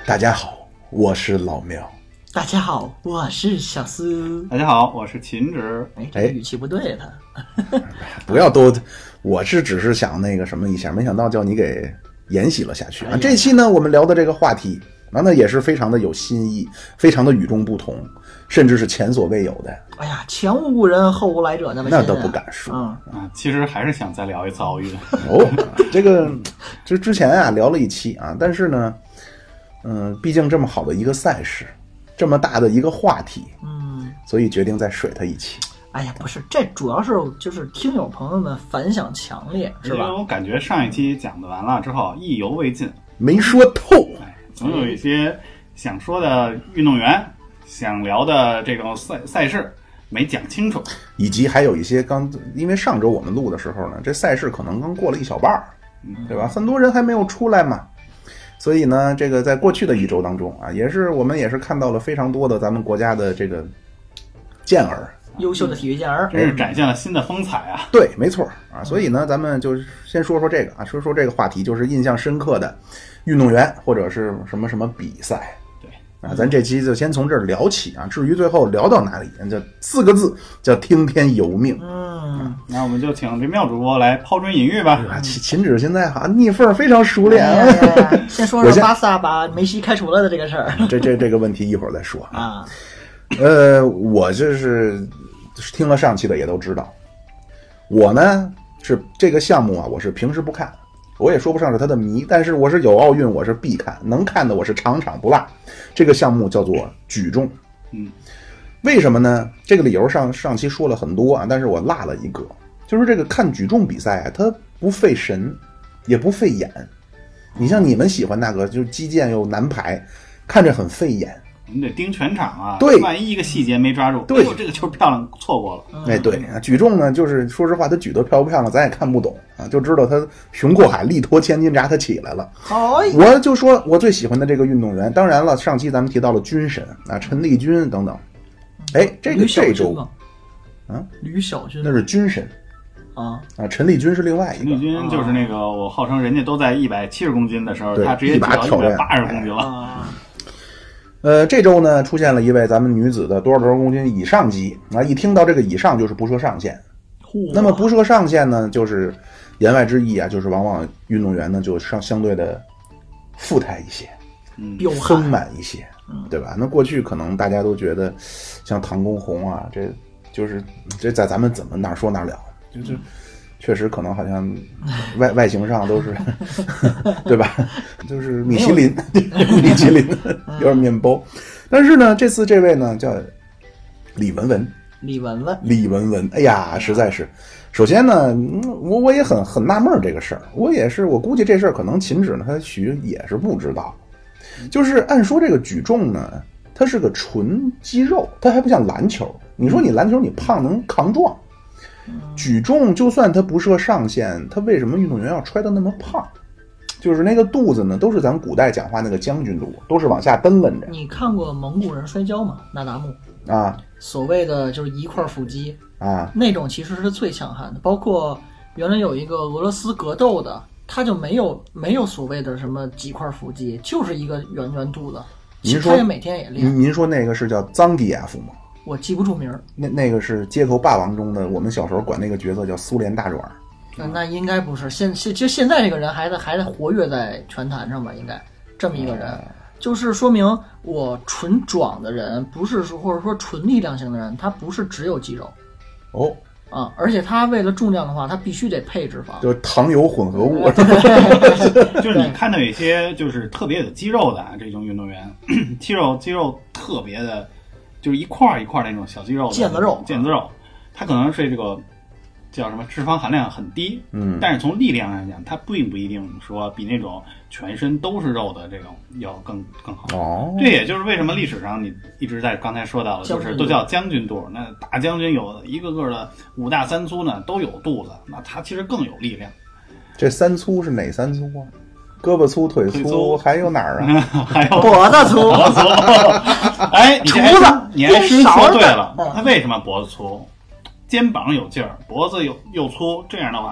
大家好，我是老苗。 大家好，我是小司。 大家好，我是秦直。 这个语气不对他。 不要都，我是只是想那个什么一下，没想到叫你给沿袭了下去啊。这期呢，我们聊的这个话题，那也是非常的有新意，非常的与众不同，甚至是前所未有的。 哎呀，前无古人后无来者， 那都不敢说。 其实还是想再聊一次奥运。 这个就之前啊聊了一期啊，但是呢，毕竟这么好的一个赛事，这么大的一个话题，所以决定再水他一期。 哎呀，不是，这主要是就是听友朋友们反响强烈，是吧？ 因为我感觉上一期讲的完了之后意犹未尽， 没说透。 总有一些想说的运动员，想聊的这种赛事没讲清楚， 以及还有一些因为上周我们录的时候呢，这赛事可能刚过了一小半，对吧？很多人还没有出来嘛。所以呢，这个在过去的一周当中啊，我们也是看到了非常多的咱们国家的这个健儿， 优秀的体育健儿， 真是展现了新的风采啊！ 对，没错啊。所以呢，咱们就先说说这个啊，说说这个话题，就是印象深刻的运动员或者是什么什么比赛。 对啊，咱这期就先从这儿聊起啊。至于最后聊到哪里，就4个字，叫听天由命。 那我们就请这妙主播来抛砖引玉吧。 秦指现在逆缝非常熟练。 先说说巴萨把梅西开除了的这个事儿。 这个问题一会儿再说啊。 我就是听了上期的也都知道，我呢是这个项目啊，我是平时不看，我也说不上是他的迷，但是我是有奥运我是必看，能看的我是场场不落。这个项目叫做举重。为什么呢？这个理由上期说了很多啊，但是我落了一个，就是这个看举重比赛啊，它不费神，也不费眼。你像你们喜欢那个，就是击剑又难排，看着很费眼。 你得盯全场啊， 对， 万一一个细节没抓住， 对， 这个球漂亮，错过了。 对，举重呢，就是说实话，他举得漂不漂亮，咱也看不懂啊，就知道他雄过海，力托千斤闸，他起来了。我就说我最喜欢的这个运动员，当然了，上期咱们提到了军神啊，陈丽君等等。这周吕小军那是军神啊，陈丽君是另外一个。 陈丽君就是那个我号称人家都在170公斤的时候，他直接举到180公斤了。这周呢出现了一位咱们女子的多少公斤以上级啊，一听到这个以上就是不设上限。那么不设上限呢，就是言外之意啊，就是往往运动员呢就相对的富态一些，丰满一些，对吧？那过去可能大家都觉得像唐公红啊，这在咱们怎么哪说哪了，就确实可能好像外形上都是对吧？就是米其林有点面包。但是呢，这次这位呢叫李文文，哎呀，实在是。首先呢，我也很纳闷这个事儿，我估计这事儿可能秦指呢他许也是不知道。就是按说这个举重呢，它是个纯肌肉，它还不像篮球。你说你篮球你胖能扛壮，举重就算它不设上限，它为什么运动员要揣得那么胖？就是那个肚子呢，都是咱们古代讲话那个将军肚，都是往下蹬楞着。 你看过蒙古人摔跤吗？纳达慕啊， 所谓的就是一块腹肌啊， 那种其实是最强悍的。包括原来有一个俄罗斯格斗的，他就没有所谓的什么几块腹肌，就是一个圆肚子。 您说他也每天也练。 您说那个是叫藏迪耶夫吗？ 我记不住名。 那个是街头霸王中的，我们小时候管那个角色叫苏联大爪。 那应该不是，现在这个人还在活跃在拳坛上吧？应该这么一个人，就是说明我纯壮的人，不是说或者说纯力量型的人，他不是只有肌肉。而且他为了重量的话，他必须得配脂肪， 就是糖油混合物。 就是你看到有一些就是特别有肌肉的这种运动员，肌肉特别的，就是一块一块那种小肌肉的腱子肉，他可能是这个叫什么脂肪含量很低，但是从力量来讲，它并不一定说比那种全身都是肉的这种要更好。这也就是为什么历史上你一直在刚才说到的，就是都叫将军肚。那大将军有一个个的5大3粗呢，都有肚子，那他其实更有力量。 这3粗是哪3粗啊？胳膊粗、腿粗，还有哪儿啊？ 还有脖子粗。 哎，你还真说对了。他为什么脖子粗？肩膀有劲儿，脖子又粗，这样的话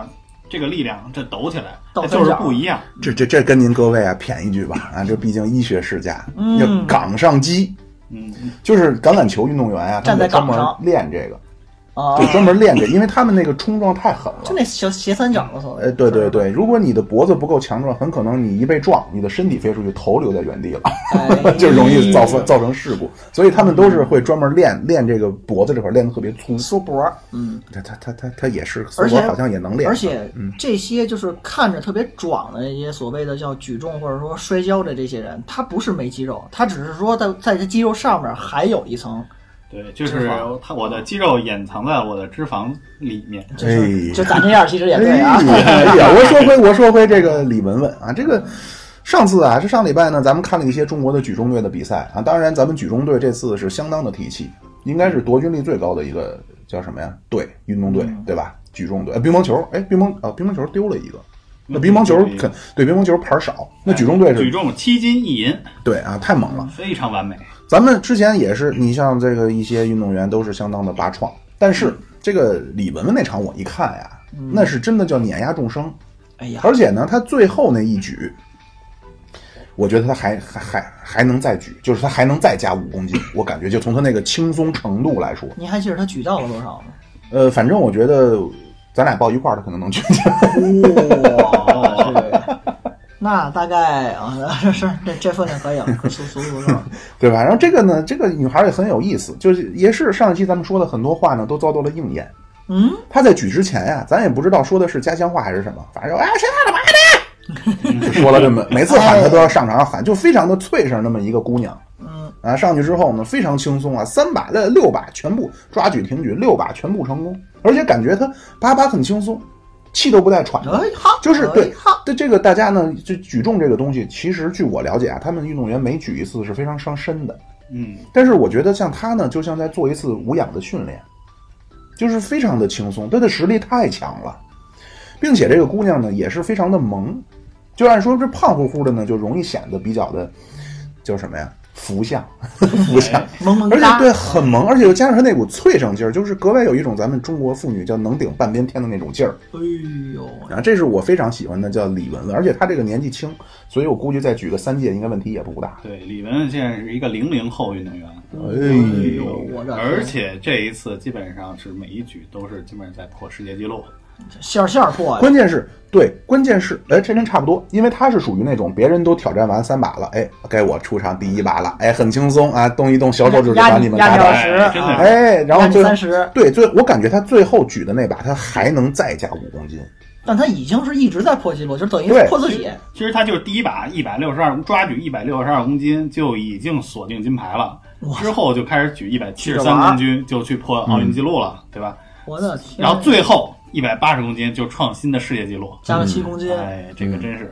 这个力量这抖起来，就是不一样。 这跟您各位啊谝一句吧啊，这毕竟医学世家，叫岗上肌，就是橄榄球运动员啊，他们专门练这个。就专门练这，因为他们那个冲撞太狠了， 就那小斜三角的所谓。 对对对，如果你的脖子不够强壮，很可能你一被撞，你的身体飞出去，头留在原地了，就容易造成事故。所以他们都是会专门练这个脖子这块，练得特别粗。 缩脖， 他也是，缩脖好像也能练。 而且这些就是看着特别壮的那些所谓的叫举重或者说摔跤的这些人，他不是没肌肉，他只是说在这肌肉上面还有一层。 对，就是我的肌肉掩藏在我的脂肪里面， 就咱这样其实也对啊。 我说回这个李雯雯啊，这个上次啊是上礼拜呢，咱们看了一些中国的举重队的比赛啊，当然咱们举重队这次是相当的提气，应该是夺军率最高的一个叫什么呀？运动队对吧？举重队，乒乓球，乒乓球丢了一个。那乒乓球对乒乓球牌少，那举重队是举重7金1银， 对啊，太猛了， 非常完美。 咱们之前也是，你像这个一些运动员都是相当的拔创，但是这个李雯雯那场我一看呀，那是真的叫碾压众生。 哎呀， 而且呢，他最后那一举，我觉得他还能再举，就是他还能再加5公斤，我感觉就从他那个轻松程度来说。 你还记得他举到了多少吗？ 反正我觉得咱俩抱一块儿，他可能能举起来。哇，那大概啊，是这分量可以了，足够， 对吧？然后这个呢，这个女孩也很有意思，就是也是上一期咱们说的很多话呢，都遭到了应验。她在举之前呀，咱也不知道说的是家乡话还是什么，反正谁干嘛的，就说了这么，每次喊她都要上场喊，就非常的脆声那么一个姑娘。上去之后呢，非常轻松啊，3把的6把全部抓举挺举6把全部成功，而且感觉她8把很轻松。气都不带喘的，就是对这个大家呢，就举重这个东西，其实据我了解啊，他们运动员每举一次是非常伤身的，但是我觉得像他呢，就像在做一次无氧的训练，就是非常的轻松，他的实力太强了，并且这个姑娘呢也是非常的萌，就按说这胖乎乎的呢，就容易显得比较的叫什么呀？福相， 萌而且对很萌，而且又加上他那股脆声劲儿，就是格外有一种咱们中国妇女叫能顶半边天的那种劲儿。 哎呦， 啊，这是我非常喜欢的，叫李雯雯，而且她这个年纪轻，所以我估计再举个3届应该问题也不大。 对，李雯雯现在是一个00后运动员， 哎呦， 而且这一次基本上是每一举都是基本上在破世界纪录。 线破呀！ 关键是这真差不多，因为他是属于那种别人都挑战完3把了，该我出场第1把了，很轻松啊，动一动小手指就把你们打倒， 真的， 然后 30， 对，我感觉他最后举的那把他还能再加5公斤， 但他已经是一直在破纪录，就等于破自己。 其实他就是第1把162抓举162公斤就已经锁定金牌了，之后就开始举173公斤就去破奥运纪录了，对吧？ 我的天！ 然后最后180公斤就创新的世界纪录， 加了7公斤。 这个真是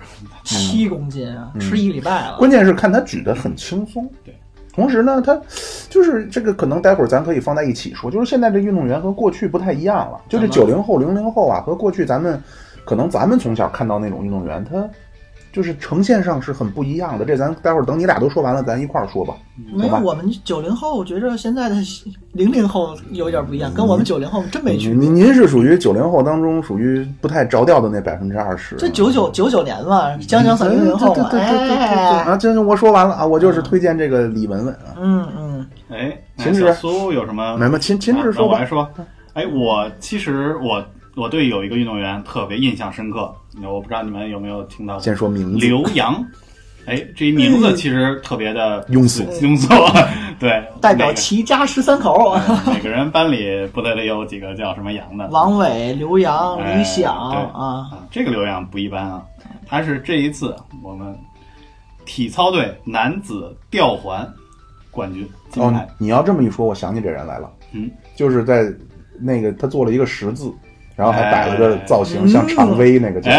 7公斤啊，吃1礼拜了。 关键是看他举得很轻松， 对。 同时呢，他就是这个可能待会儿咱可以放在一起说，就是现在这运动员和过去不太一样了，就是90后、00后啊，和过去咱们从小看到那种运动员，他就是呈现上是很不一样的。这咱待会儿等你俩都说完了，咱一块儿说吧。 没有，我们90后觉着现在的00后有点不一样，跟我们90后真没区别。 您是属于90后当中属于不太着调的那20%。 这99年嘛，将算00后嘛。 对啊，这我说完了啊，我就是推荐这个李雯雯啊。秦小苏有什么？ 没秦志说吧。 我来说，其实我对有一个运动员特别印象深刻，我不知道你们有没有听到过。 先说名字， 刘洋。这一名字其实特别的庸俗， 对， 代表齐家13口。 每个人班里不得有几个叫什么杨的？ 王伟、刘洋、李想啊。这个刘洋不一般啊，他是这一次我们体操队男子吊环冠军金牌。 你要这么一说，我想起这人来了。就是在那个他做了一个10字。然后还摆了个造型，像常威那个叫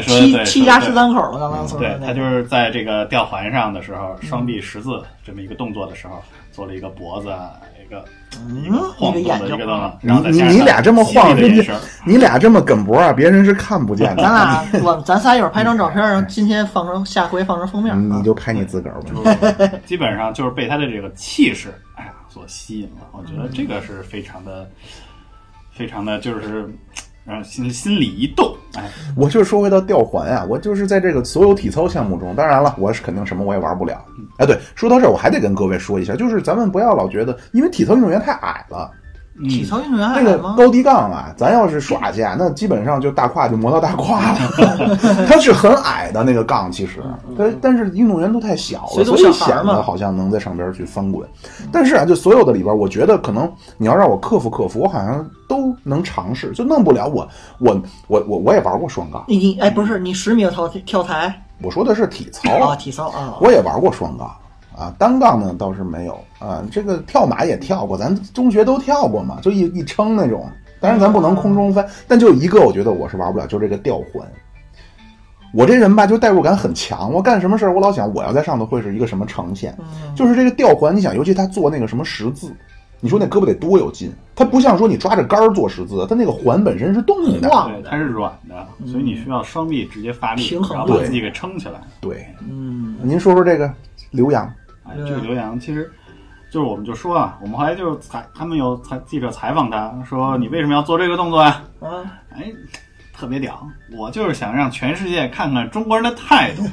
7家13口了，刚刚说对，他就是在这个吊环上的时候，双臂10字这么一个动作的时候，做了一个脖子一个晃动的一个动作，然后你俩这么晃，你俩这么梗脖啊，别人是看不见的。 咱仨一会儿拍张照片，然后今天下回放成封面。 你就拍你自个儿吧。 基本上就是被他的这个气势，所吸引了。我觉得这个是非常的，就是然后心里一动，哎， 我就是说回到吊环啊，我就是在这个所有体操项目中，当然了，我是肯定什么我也玩不了。哎，对，说到这儿，我还得跟各位说一下，就是咱们不要老觉得，因为体操运动员太矮了。 体操运动员那个高低杠啊，咱要是耍去，那基本上就大胯就磨到大胯了。它是很矮的那个杠，其实，但是运动员都太小了，所以显得好像能在上边去翻滚。但是啊，就所有的里边，我觉得可能你要让我克服，我好像都能尝试，就弄不了我也玩过双杠。 你哎，不是你10米跳台？ 我说的是体操啊，体操啊， 我也玩过双杠。啊，单杠呢倒是没有啊，这个跳马也跳过，咱中学都跳过嘛，就一撑那种。当然咱不能空中翻，但就一个我觉得我是玩不了，就这个吊环。我这人吧就代入感很强，我干什么事我老想我要在上头会是一个什么呈现。就是这个吊环，你想，尤其他做那个什么十字，你说那胳膊得多有劲？它不像说你抓着杆做十字，它那个环本身是动的， 对，它是软的，所以你需要双臂直接发力， 平衡， 然后把自己给撑起来。 对，您说说这个刘洋。 这个刘洋其实就是我们就说啊，我们后来就是他们有记者采访他说，你为什么要做这个动作呀？哎，特别屌，我就是想让全世界看看中国人的态度。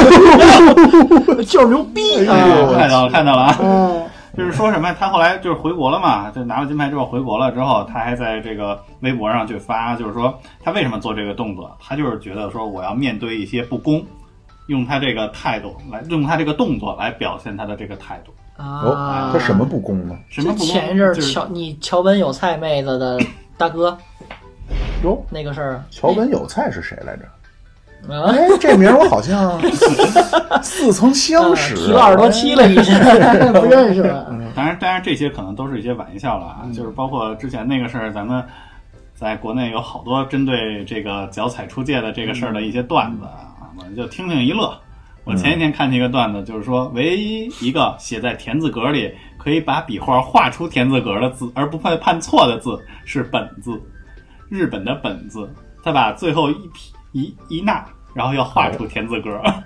就是牛逼啊！ 看到了啊！就是说什么，他后来就是回国了嘛，就拿了金牌之后回国了之后，他还在这个微博上去发，就是说他为什么做这个动作，他就是觉得说我要面对一些不公。用他这个态度来，用他这个动作来表现他的这个态度啊！ 他什么不公呢？ 什么不公？前一阵桥本有菜妹子的大哥， 哟， 那个事儿， 桥本有菜是谁来着？哎，这名我好像似曾相识， 提了20多期了，已经不认识了。 当然，这些可能都是一一些玩笑了啊，就是包括之前那个事儿，咱们在国内有好多针对这个脚踩出界的这个事儿的一些段子啊。我就听听一乐。我前几天看见一个段子，就是说唯一一个写在田字格里可以把笔画画出田字格的字而不会判错的字是本字，日本的本字，他把最后一捺然后要画出田字格。 呀，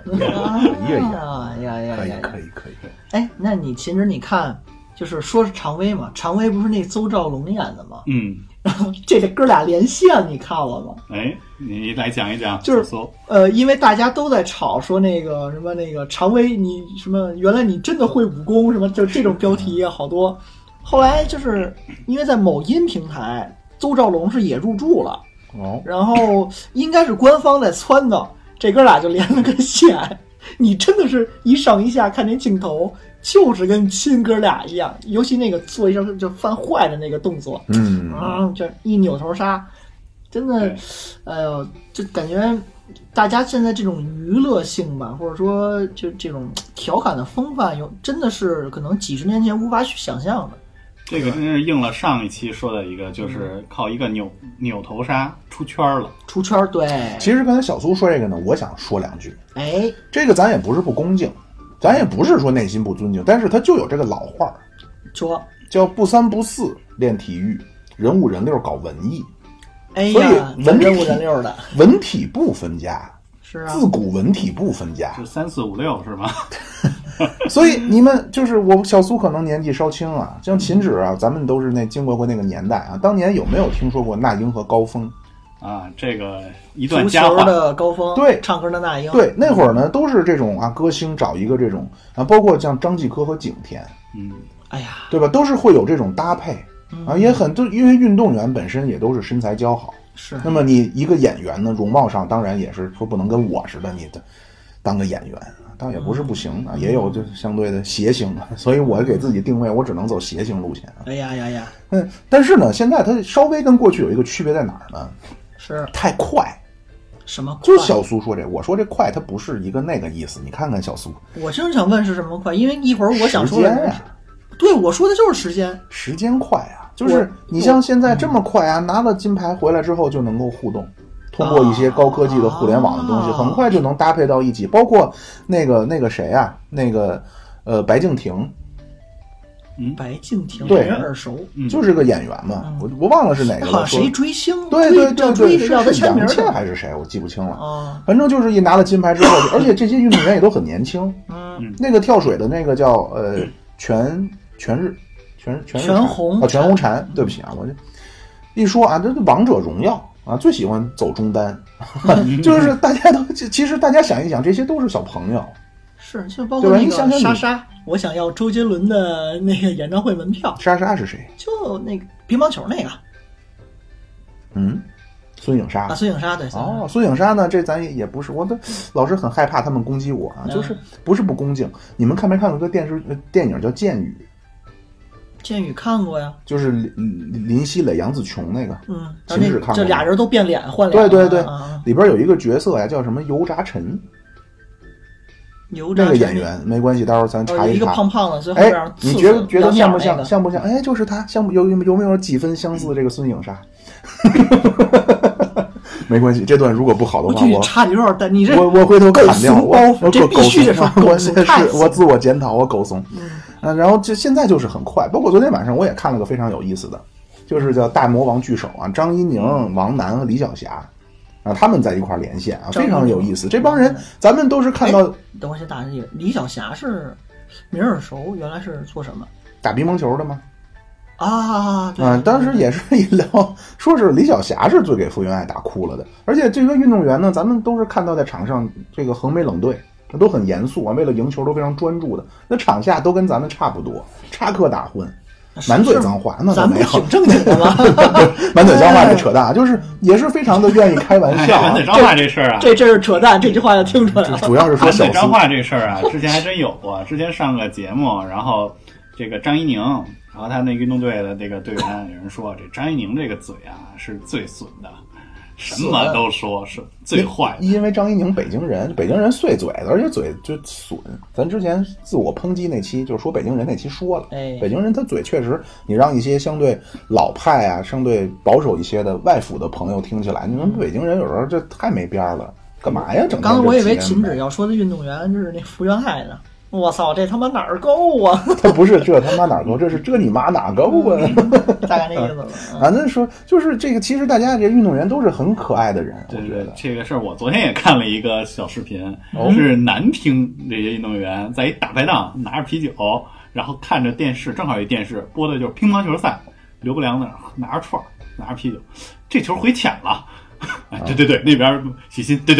可以。 哎，那你其实你看，就是说是常威嘛，常威不是那邹兆龙演的吗？这哥俩连线你看了吗？ 哎，你来讲一讲。 就是因为大家都在吵说那个什么那个常威你什么原来你真的会武功什么，就这种标题也好多。后来就是因为在某音平台，邹兆龙是也入驻了，然后应该是官方在撺掇，这哥俩就连了个线。你真的是一上一下看那镜头，就是跟亲哥俩一样，尤其那个做一下就犯坏的那个动作，就一扭头杀，真的，哎呦，就感觉大家现在这种娱乐性吧，或者说就这种调侃的风范，真的是可能几十年前无法去想象的。 这个真是应了上一期说的一个，就是靠一个扭头杀出圈了。 出圈，对。 其实刚才小苏说这个呢，我想说两句。 哎， 这个咱也不是不恭敬，咱也不是说内心不尊敬，但是他就有这个老话， 说叫不三不四练体育，人五人六搞文艺。 哎呀， 所以人五人六的文体不分家。 是啊， 自古文体不分家， 是3、4、5、6是吗？ 所以你们就是我小苏可能年纪稍轻啊，像秦止啊，咱们都是经过那个年代啊。当年有没有听说过那英和高峰啊？这个一段佳话。 足球的高峰， 对， 唱歌的那英， 对，那会儿呢都是这种啊，歌星找一个这种啊，包括像张继科和景甜， 哎呀， 对吧？都是会有这种搭配啊，也很就因为运动员本身也都是身材姣好。 是， 那么你一个演员呢，容貌上当然也是说不能跟我似的，你当个演员，倒也不是不行啊，也有就相对的谐星，所以我给自己定位，我只能走谐星路线。 哎呀， 但是呢，现在它稍微跟过去有一个区别在哪儿呢？ 是太快。 什么快？ 就是小苏说这，我说这快，它不是一个那个意思。你看看小苏， 我正想问是什么快，因为一会儿我想说的时间呀， 对，我说的就是时间快啊。就是你像现在这么快啊，拿了金牌回来之后就能够互动，通过一些高科技的互联网的东西，很快就能搭配到一起。包括那个谁啊，那个白敬亭， 白敬亭对， 耳熟， 就是个演员嘛，我忘了是哪个了。 好像谁追星， 对， 是杨倩还是谁，我记不清了。反正就是一拿了金牌之后，而且这些运动员也都很年轻。那个跳水的那个叫全红全红婵，对不起啊，我这一说啊，这王者荣耀啊，最喜欢走中单，就是大家都其实大家想一想，这些都是小朋友。 是，就包括那个莎莎，我想要周杰伦的那个演唱会门票。 莎莎是谁？ 就那个乒乓球那个。 孙颖莎啊，孙颖莎对。 孙颖莎呢？这咱也不是，我都老是很害怕他们攻击我啊，就是不是不恭敬。你们看没看过个电影叫《剑雨》？ 剑雨看过呀， 就是林熙蕾、杨紫琼那个，秦止看过。 这俩人都变脸换脸。 对，里边有一个角色呀，叫什么油炸陈。那个演员没关系，待会儿咱查一查。 一个胖胖的，最后边你觉得像不像？像不像？哎，就是他，有没有几分相似？这个孙颖莎。没关系，这段如果不好的话， 我差你有点但你这我回头砍掉。 我这必须得说狗怂， 我自我检讨，我狗怂。然后现在就是很快，包括昨天晚上我也看了个非常有意思的，就是叫大魔王聚首啊，张怡宁、王楠和李晓霞。他们在一块连线啊，非常有意思。这帮人，咱们都是看到。 等会先打一个，李晓霞是名耳熟，原来是做什么？ 打乒乓球的吗？ 对当时也是一聊，说是李晓霞是最给傅园爱打哭了的。而且这个运动员呢，咱们都是看到在场上这个横眉冷对，都很严肃啊，为了赢球都非常专注的。那场下都跟咱们差不多，插科打诨。满嘴脏话，那咱们挺正经的吗？ 满嘴脏话这扯淡，就是也是非常的愿意开玩笑。 满嘴脏话这事儿啊， 这是扯淡，这句话要听出来了。 主要是说满嘴脏话这事儿啊，之前还真有过。之前上个节目，然后这个张怡宁，然后他那运动队的这个队员有人说，这张怡宁这个嘴啊是最损的。什么都说是最坏的， 因为张怡宁北京人碎嘴的，而且嘴就损。咱之前自我抨击那期就是说北京人那期说了，北京人他嘴确实，你让一些相对老派啊、相对保守一些的外府的朋友听起来，你们北京人有时候这太没边了，干嘛呀？整天。 刚刚我以为秦止要说的运动员就是那傅园爱呢。我操，这他妈哪儿够啊？ 他不是这他妈哪儿够，这是这你妈哪够啊？ 大概那意思了。 反正说就是这个，其实大家这运动员都是很可爱的人。 对我觉得这个事儿，我昨天也看了一个小视频，是南乒这些运动员在一大排档拿着啤酒，然后看着电视，正好有电视播的就是乒乓球赛，刘伯良那拿着串拿着啤酒，这球回浅了。对，那边喜新，对，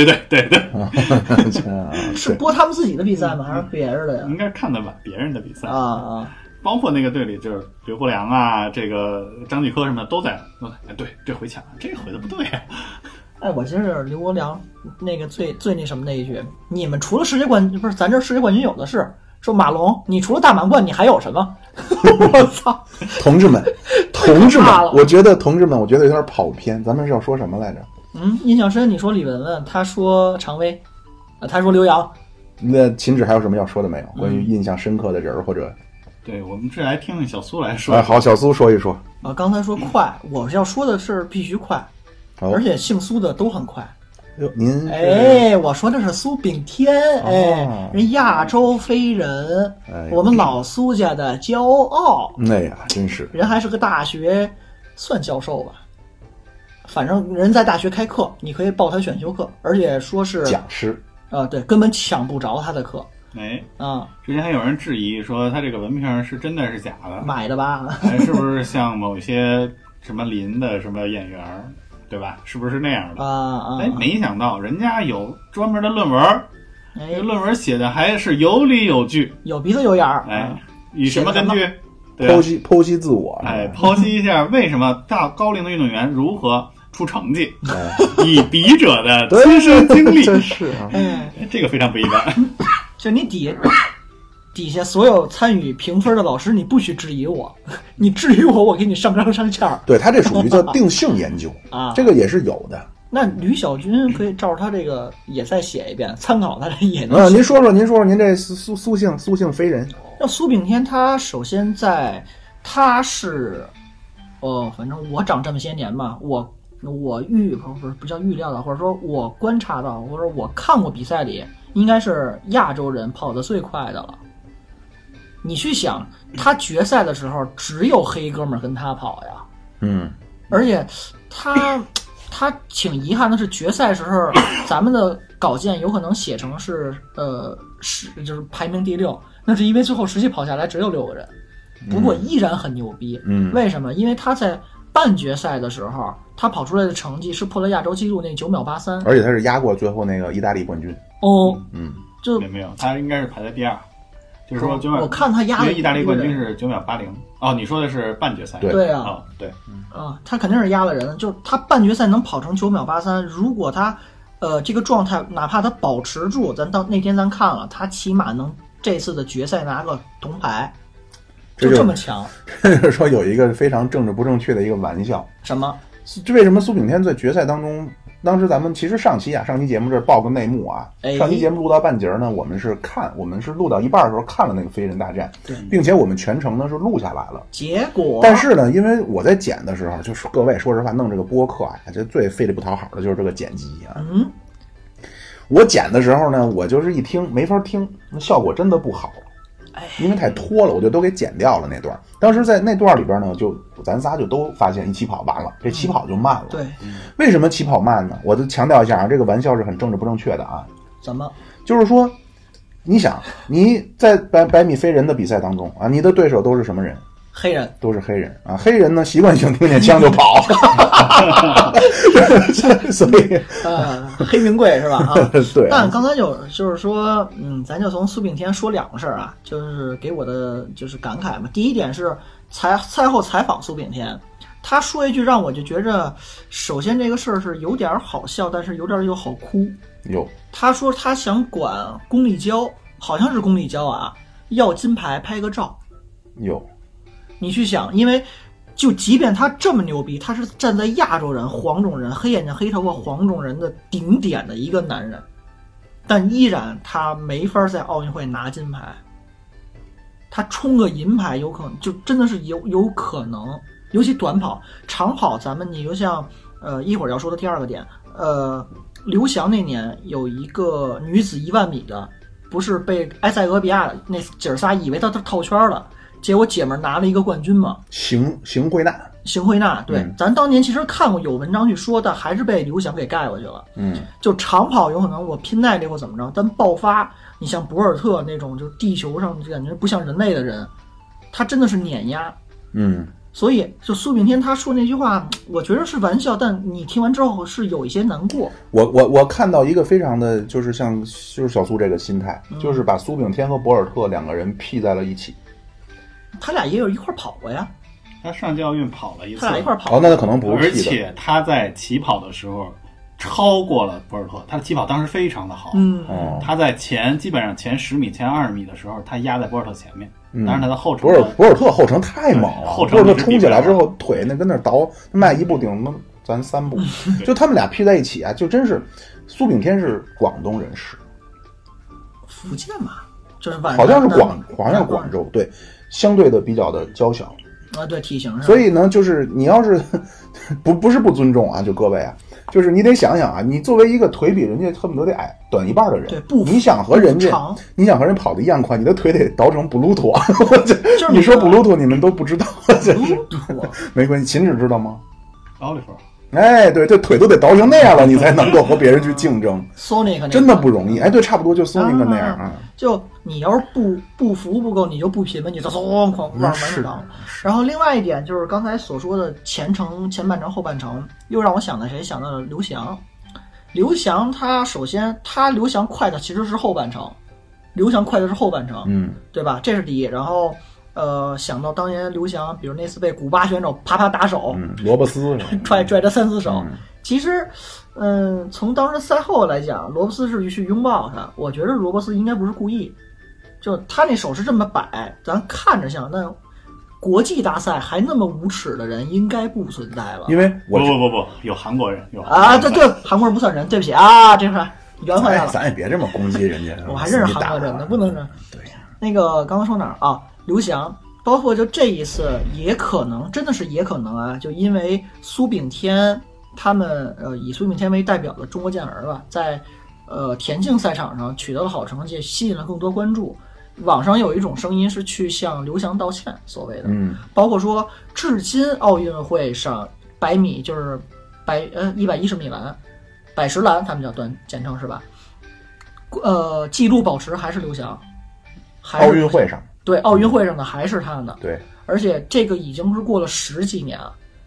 是播他们自己的比赛吗？还是别人的呀？ 应该看的吧，别人的比赛啊， 包括那个队里就是刘伯良啊，这个张继科什么的都在。对，这回抢了，这回的不对啊。 我记得刘伯良那个最那什么那一句，你们除了世界冠军，不是咱这世界冠军有的是。说马龙，你除了大满贯，你还有什么？我操！ 同志们，我觉得有点跑偏。咱们是要说什么来着？ 印象深。你说李雯雯，他说常威，他说刘洋。 那秦止还有什么要说的没有？关于印象深刻的人或者？ 对，我们这来听听小苏来说。 好，小苏说一说。 刚才说快，我是要说的是必须快，而且姓苏的都很快。 您我说的是苏炳添，人亚洲飞人，我们老苏家的骄傲。 哎呀，真是人还是个大学算教授吧，反正人在大学开课，你可以报他选修课，而且说是讲师对，根本抢不着他的课。 之前还有人质疑说他这个文凭是真的是假的， 买的吧？ 是不是像某些什么林的什么演员？对吧？是不是那样的没想到人家有专门的论文，这个论文写的还是有理有据， 有鼻子有眼儿。 以什么根据？ 剖析自我。 剖析一下为什么高龄的运动员如何出成绩，以笔者的亲身经历。 真是这个非常不一般。 就你底下所有参与评分的老师，你不许质疑我，你质疑我，我给你上纲上线儿。 对，他这属于叫定性研究这个也是有的。 那吕小军可以照着他这个也再写一遍，参考他这也能。 您说说您这苏姓飞人。 那苏炳添他首先他是反正我长这么些年嘛，我不叫预料到，或者说我观察到，或者说我看过比赛里，应该是亚洲人跑得最快的了。你去想，他决赛的时候只有黑哥们儿跟他跑呀，而且他挺遗憾的是，决赛时候咱们的稿件有可能写成是就是排名第6，那是因为最后实际跑下来只有6个人，不过依然很牛逼。为什么？因为他在半决赛的时候，他跑出来的成绩是破了亚洲纪录那9秒83， 而且他是压过最后那个意大利冠军。 哦， 就没有，他应该是排在第2。就是说9秒， 我看他压了，因为意大利冠军是9秒80。哦，你说的是半决赛。 对啊， 哦，对， 他肯定是压了人，就他半决赛能跑成9秒83，如果他这个状态，哪怕他保持住，咱到那天咱看了，他起码能这次的决赛拿个铜牌，就这么强。 就是说有一个非常政治不正确的一个玩笑， 什么？ 这为什么苏炳添在决赛当中？当时咱们其实上期节目这报个内幕啊，上期节目录到半截呢，我们是录到一半的时候看了那个飞人大战，并且我们全程呢是录下来了。 结果， 但是呢，因为我在剪的时候，就是各位说实话，弄这个播客啊，这最费力不讨好的就是这个剪辑啊。我剪的时候呢，我就是一听没法听，那效果真的不好。因为太拖了，我就都给剪掉了那段。当时在那段里边呢，就咱仨就都发现一起跑完了，这起跑就慢了。 对， 为什么起跑慢呢？我就强调一下啊，这个玩笑是很政治不正确的啊。 怎么？ 就是说，你想你在百米飞人的比赛当中啊，你的对手都是什么人？ 黑人， 都是黑人啊！黑人呢，习惯性听见枪就跑，所以黑名贵是吧？啊， 对。 但刚才就是说，咱就从苏炳添说2个事儿啊，就是给我的就是感慨嘛。第一点是赛后采访苏炳添，他说一句让我就觉着，首先这个事儿是有点好笑，但是有点又好哭。他说他想管龚立姣，好像是龚立姣啊，要金牌拍个照。你去想，因为就即便他这么牛逼，他是站在亚洲人、黄种人、黑眼睛、黑头发、黄种人的顶点的一个男人，但依然他没法在奥运会拿金牌。他冲个银牌有可能，就真的是有可能。尤其短跑、长跑，你就像一会儿要说的第2个点，刘翔那年有一个女子10000米的，不是被埃塞俄比亚那姐儿仨以为他套圈了。结果姐们拿了一个冠军嘛，邢慧娜，对，咱当年其实看过有文章去说，但还是被刘翔给盖过去了。就长跑有可能我拼耐力或怎么着，但爆发，你像博尔特那种，就地球上就感觉不像人类的人，他真的是碾压。所以就苏炳添他说那句话，我觉得是玩笑，但你听完之后是有一些难过。 我看到一个非常的就是就是小苏这个心态，就是把苏炳添和博尔特2个人 P 在了一起。 他俩也有一块跑过呀， 他上届奥运跑了一次， 他俩一块跑。 那他可能不是， 而且他在起跑的时候超过了博尔特，他的起跑当时非常的好。他在基本上前10米、前20米的时候，他压在博尔特前面。当然他的后程， 博尔特后程太猛了，博尔特冲起来之后腿跟那倒，迈1步顶咱3步，就他们俩 P 在一起啊，就真是苏炳添是广东人士， 福建嘛，就是好像是广州，对。相对的比较的娇小啊，对体型上， 所以呢，就是你要是不是不尊重啊，就各位啊，就是你得想想啊，你作为一个腿比人家恨不得得矮短一半的人， 对， 你想和人跑得一样快，你的腿得倒成布鲁托，你说布鲁托你们都不知道，没关系，秦止知道吗？ 奥利弗。 哎，对，这腿都得倒成那样了，你才能够和别人去竞争。 Sonic 真的不容易。哎，对，差不多就 Sonic 那样啊。 就你要是步幅不够，你就不拼嘛，你就哐哐往前倒。然后另外一点就是刚才所说的前半程、后半程，又让我想到谁？想到了刘翔。刘翔他首先刘翔快的其实是后半程，对吧？这是第一。然后。想到当年刘翔，比如那次被古巴选手啪啪打手， 罗伯斯拽着3-4手。其实，从当时赛后来讲，罗伯斯是去拥抱他，我觉得罗伯斯应该不是故意，就他那手是这么摆，咱看着像，但国际大赛还那么无耻的人应该不存在了。 因为不，有韩国人， 对，韩国人不算人，对不起啊，这块圆回来了。 咱也别这么攻击人家， 我还认识韩国人呢，不能这。对呀，那个刚刚说哪儿啊？刘翔，包括就这一次，也可能真的是也可能啊，就因为苏炳添他们以苏炳添为代表的中国健儿吧，在田径赛场上取得了好成绩，吸引了更多关注。网上有一种声音是去向刘翔道歉，所谓的，包括说至今奥运会上100米就是110米栏，100石栏他们叫简称是吧？纪录保持还是刘翔， 奥运会上。 对，奥运会上的还是他的， 对， 而且这个已经是过了10几年了，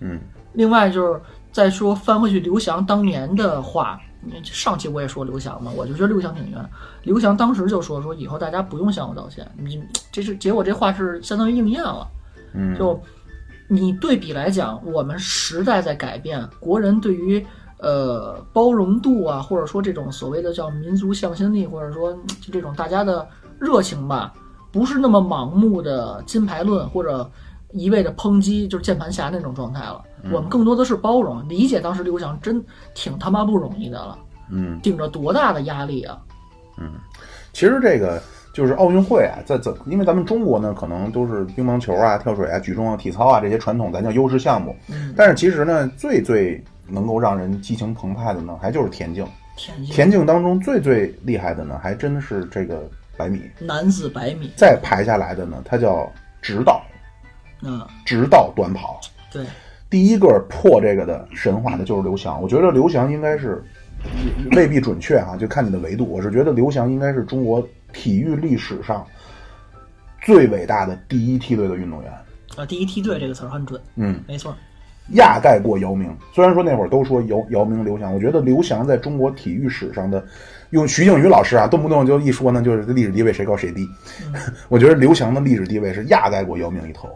另外就是再说翻回去刘翔当年的话，上期我也说刘翔嘛，我就觉得刘翔挺冤。刘翔当时就说以后大家不用向我道歉，这是结果，这话是相当于应验了。就你对比来讲，我们时代在改变，国人对于包容度啊，或者说这种所谓的叫民族向心力，或者说就这种大家的热情吧，不是那么盲目的金牌论或者一味的抨击，就是键盘侠那种状态了。我们更多的是包容，理解当时刘翔真挺他妈不容易的了，顶着多大的压力啊。 其实这个就是奥运会啊，因为咱们中国呢，可能都是乒乓球啊、跳水啊、举重啊、体操啊这些传统咱叫优势项目，但是其实呢，最能够让人激情澎湃的呢，还就是田径。田径当中最厉害的呢，还真是这个100米， 男子100米。再排下来的呢，它叫直道，直道短跑。 对， 第一个破这个的神话的就是刘翔。我觉得刘翔应该是未必准确啊，就看你的维度。我是觉得刘翔应该是中国体育历史上最伟大的第一梯队的运动员。 第一梯队这个词儿很准。没错。 压盖过姚明，虽然说那会儿都说姚明、刘翔，我觉得刘翔在中国体育史上的，用徐静宇老师啊，动不动就一说呢，就是历史地位谁高谁低。我觉得刘翔的历史地位是压盖过姚明一头。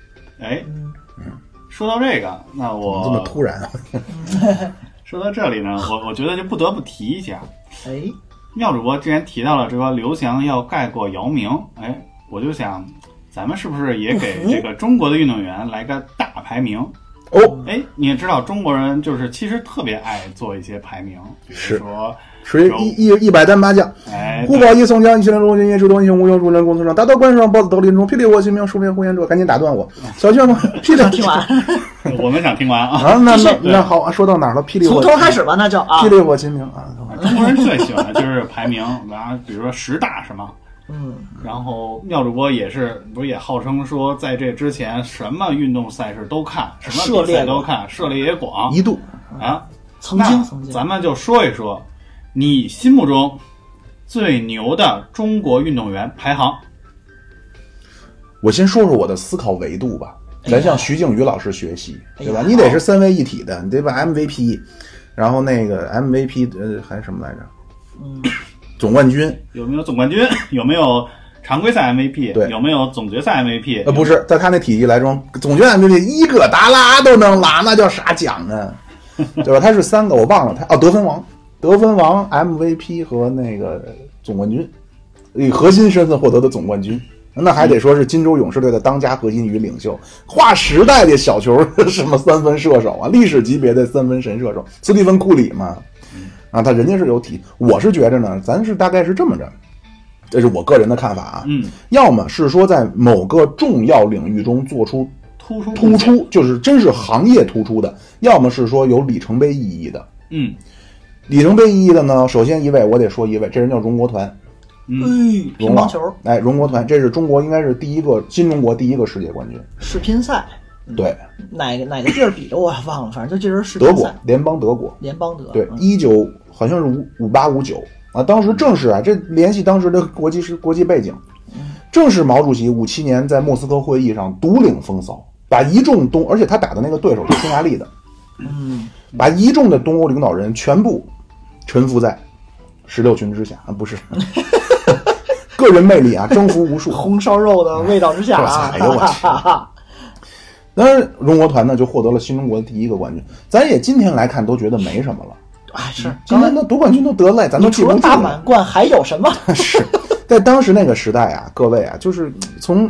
说到这个，那我这么突然啊？ 说到这里呢，我觉得就不得不提一下。妙主播之前提到了这个刘翔要盖过姚明，我就想，咱们是不是也给这个中国的运动员来个大排名？你也知道中国人就是其实特别爱做一些排名，比如说属于100单八将，胡宝义、宋江、一千龙金、叶树东、英雄无用、主人公孙胜、大刀关双、豹子斗林冲、霹雳火秦明、数列呼延灼。赶紧打断我，小旋风，霹雳听完， 我们想听完啊。 那好，说到哪儿了？霹雳火从头开始吧，那就霹雳火秦明啊。 中国人最喜欢的就是排名，比如说10大什么。然后妙主播也是，不是也号称说，在这之前什么运动赛事都看，什么比赛都看，涉猎也广， 一度啊， 曾经， 咱们就说一说你心目中最牛的中国运动员排行。 我先说说我的思考维度吧，咱向徐静宇老师学习，对吧？你得是3位一体的，你得把 MVP， 然后那个 MVP 还是什么来着？总冠军有没有总冠军？有没有常规赛 MVP？ 对， 有没有总决赛 MVP？ 不是，在他那体系来说，总决赛 MVP 伊戈达拉都能拿，那叫啥奖啊？对吧？他是3个，我忘了他得分王 MVP 和那个总冠军，以核心身份获得的总冠军。那还得说是金州勇士队的当家核心与领袖，划时代的小球什么3分射手啊，历史级别的3分神射手，斯蒂芬库里嘛。他人家是有体，我是觉着呢，咱是大概是这么着，这是我个人的看法啊。要么是说在某个重要领域中做出突出，就是真是行业突出的；要么是说有里程碑意义的。里程碑意义的呢，首先一位我得说一位，这人叫荣国团。 乒乓球。 荣国团，这是中国应该是新中国第一个世界冠军。 世乒赛。 对， 哪个地儿比的我忘了，反正就这人是德国联邦德。对，19好像是58、59啊，当时正是啊，这联系当时的国际背景，正是毛主席57年在莫斯科会议上独领风骚，把一众而且他打的那个对手是匈牙利的，把一众的东欧领导人全部臣服在16群之下啊，不是。个人魅力啊，征服无数， 红烧肉的味道之下啊！ 哎呦我去！当然，荣国团呢就获得了新中国的第一个冠军。咱也今天来看都觉得没什么了。 是今天的夺冠军都得来，咱都记不住了。 大满贯还有什么？ 是在当时那个时代啊，各位啊，就是从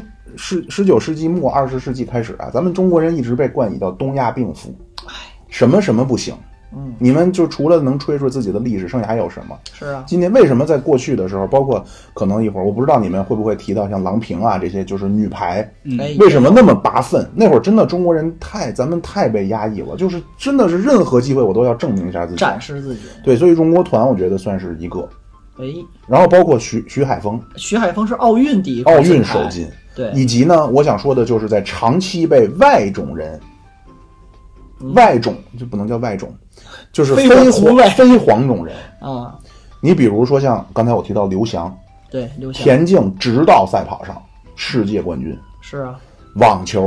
19世纪末20世纪开始啊，咱们中国人一直被冠以叫东亚病夫，什么什么不行。你们就除了能吹出自己的历史，剩下还有什么？ 是啊， 今天为什么在过去的时候，包括可能一会儿我不知道你们会不会提到像郎平啊这些，就是女排，为什么那么拔粪？那会儿真的中国人咱们太被压抑了，就是真的是任何机会我都要证明一下自己， 展示自己。 对，所以荣国团我觉得算是一个。然后包括徐海峰是奥运第一个奥运首金， 对， 以及呢，我想说的就是在长期被外种人。外种就不能叫外种，就是非黄种人啊。 你比如说像刚才我提到刘翔， 对，刘翔田径直道赛跑上世界冠军， 是啊。 网球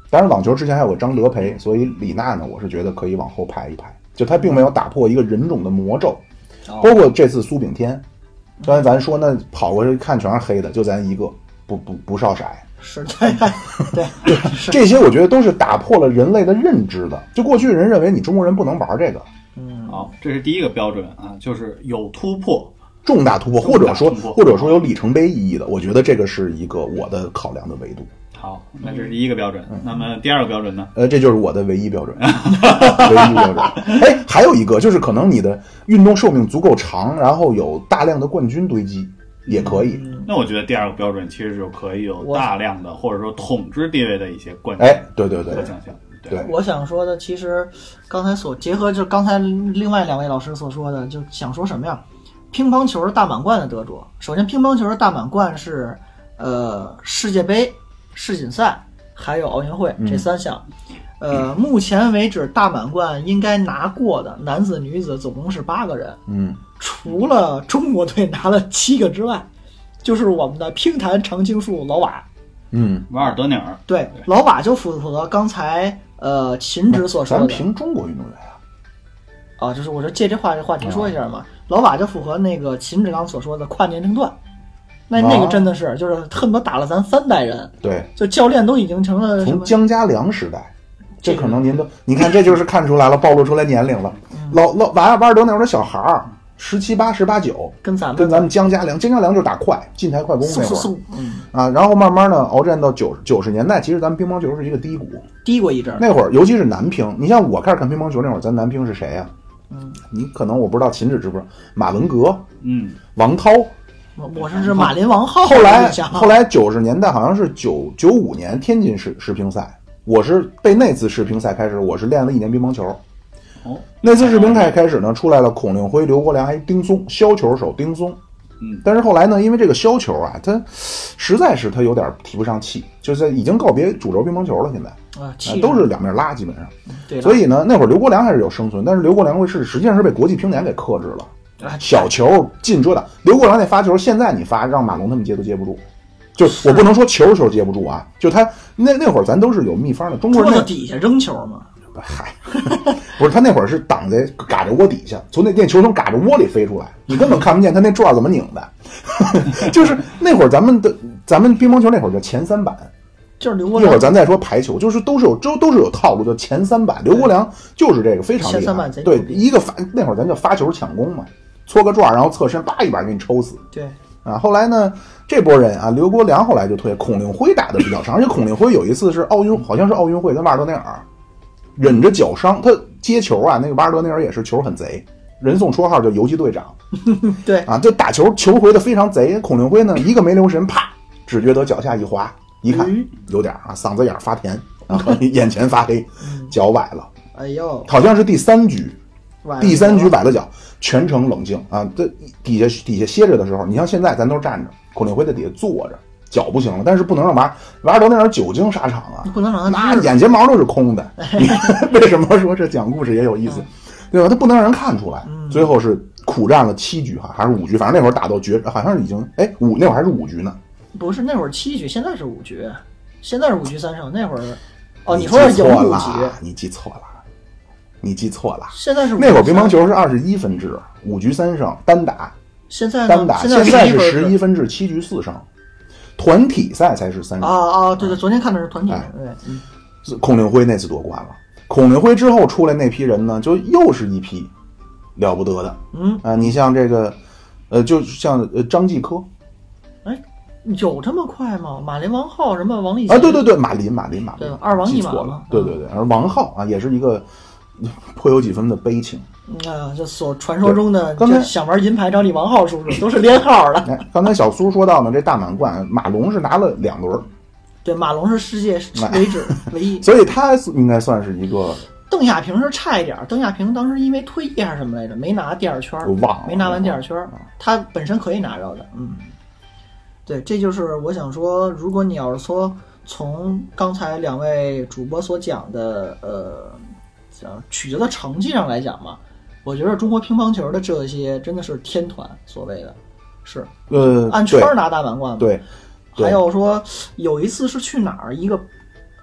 当然网球之前还有个张德培，所以李娜呢，我是觉得可以往后排一排，就他并没有打破一个人种的魔咒。包括这次苏炳添，刚才咱说那跑过去看全是黑的，就咱一个不少色。 是对， 这些我觉得都是打破了人类的认知的。就过去人认为你中国人不能玩这个， 好，这是第一个标准啊，就是有突破， 重大突破，或者说有里程碑意义的，我觉得这个是一个我的考量的维度。 好，那这是第一个标准。那么第二个标准呢？ 这就是我的唯一标准，唯一标准。哎，还有一个就是可能你的运动寿命足够长，然后有大量的冠军堆积。也可以， 那我觉得第二个标准其实就可以有大量的或者说统治地位的一些冠军。 哎，对和奖项。 对， 我想说的，其实刚才结合就刚才另外2位老师所说的，就想说什么呀？乒乓球大满贯的得主，首先乒乓球的大满贯是世界杯、世锦赛还有奥运会这3项。目前为止大满贯应该拿过的男子女子总共是8个人。除了中国队拿了7个之外，就是我们的乒坛常青树老瓦。 瓦尔德内尔。 对，老瓦就符合刚才秦直所说的。 咱评中国运动员啊，就是我就借这话题说一下嘛。老瓦就符合那个秦直刚所说的跨年龄段。那个真的是就是恨不得打了咱3代人。 对， 就教练都已经成了从姜家良时代。这可能你看这就是看出来了，暴露出来年龄了。瓦尔德那会儿的小孩儿17、18、18、9，跟咱们姜家良就是打快，近台快攻那会儿。然后慢慢呢鏖战到90年代，其实咱们乒乓球是一个低谷一阵。 那会儿尤其是男乒，你像我开始看乒乓球那会儿，咱男乒是谁呀？你可能我不知道秦指知不知道，马文革，王涛。 我是马林王浩。 后来90年代好像是95年天津世乒赛。我是被那次世乒赛开始，我是练了1年乒乓球。那次世乒赛开始呢，出来了孔令辉、刘国梁还丁松，削球手丁松。但是后来呢，因为这个削球啊，他实在是他有点提不上气，就是已经告别主流乒乓球了，现在都是两面拉，基本上。 对。 所以呢，那会儿刘国梁还是有生存，但是刘国梁实际上是被国际乒联给克制了。小球尽遮挡，刘国梁那发球，现在你发让马龙他们接都接不住。就我不能说球接不住啊，就他那会儿咱都是有秘方的，中国人桌子底下扔球嘛。 嗨，不是他那会儿是挡在嘎着窝底下，从那球从嘎着窝里飞出来，你根本看不见他那转怎么拧的。就是那会儿咱们乒乓球那会儿叫前3板， 就是刘国梁。 一会儿咱再说排球，就是都是有套路，就前3板。刘国梁就是这个非常厉害。 前3板对，一个那会儿咱叫发球抢攻嘛，搓个转然后侧身叭一把给你抽死。 对。 后来呢，这波人啊，刘国梁后来就退，孔令辉打的比较长，而且孔令辉有一次是好像是奥运会，在瓦尔德内尔忍着脚伤，他接球啊，那个瓦尔德内尔也是球很贼，人送绰号叫游击队长。 对就打球回的非常贼。孔令辉呢，一个没留神，啪，只觉得脚下一滑，一看有点嗓子眼发甜，然后眼前发黑，脚崴了。 哎呦， 好像是第3局崴了脚。全程冷静啊！这底下歇着的时候，你像现在咱都站着，孔令辉在底下坐着，脚不行了，但是不能让瓦尔德那点久经沙场啊， 不能让他那眼睫毛都是空的。为什么说这讲故事也有意思，对吧？他不能让人看出来。最后是苦战了7局还是5局，反正那会儿打到好像是已经那会儿还是5局呢。 不是那会儿7局，现在是5局，现在是5局3胜。那会儿你说是赢5局， 你记错了。 现在是那会儿乒乓球是21分制，5局3胜单打。 现在单打现在是11分制，7局4胜。团体赛才是3胜。 对，昨天看的是团体。 对，孔令辉那次夺冠了。孔令辉之后出来那批人呢，就又是一批了不得的。你像这个，就像张继科。 有这么快吗？马林王浩什么王励对，马林， 对，二王一马了。对，而王浩啊，也是一个颇有几分的悲情。 就所传说中的，就想玩银牌找你王浩叔叔，都是连号的。 刚才小苏说到呢，这大满贯马龙是拿了2轮。 对，马龙是世界为止唯一， 所以他应该算是一个。 邓亚萍是差一点，邓亚萍当时因为退役还是什么来着，没拿第2圈，没拿完第2圈，他本身可以拿着的。对，这就是我想说，如果你要是说从刚才2位主播所讲的取得的成绩上来讲嘛，我觉得中国乒乓球的这些真的是天团，所谓的是按圈拿大满贯嘛。 对， 还有说有一次是去哪儿，一个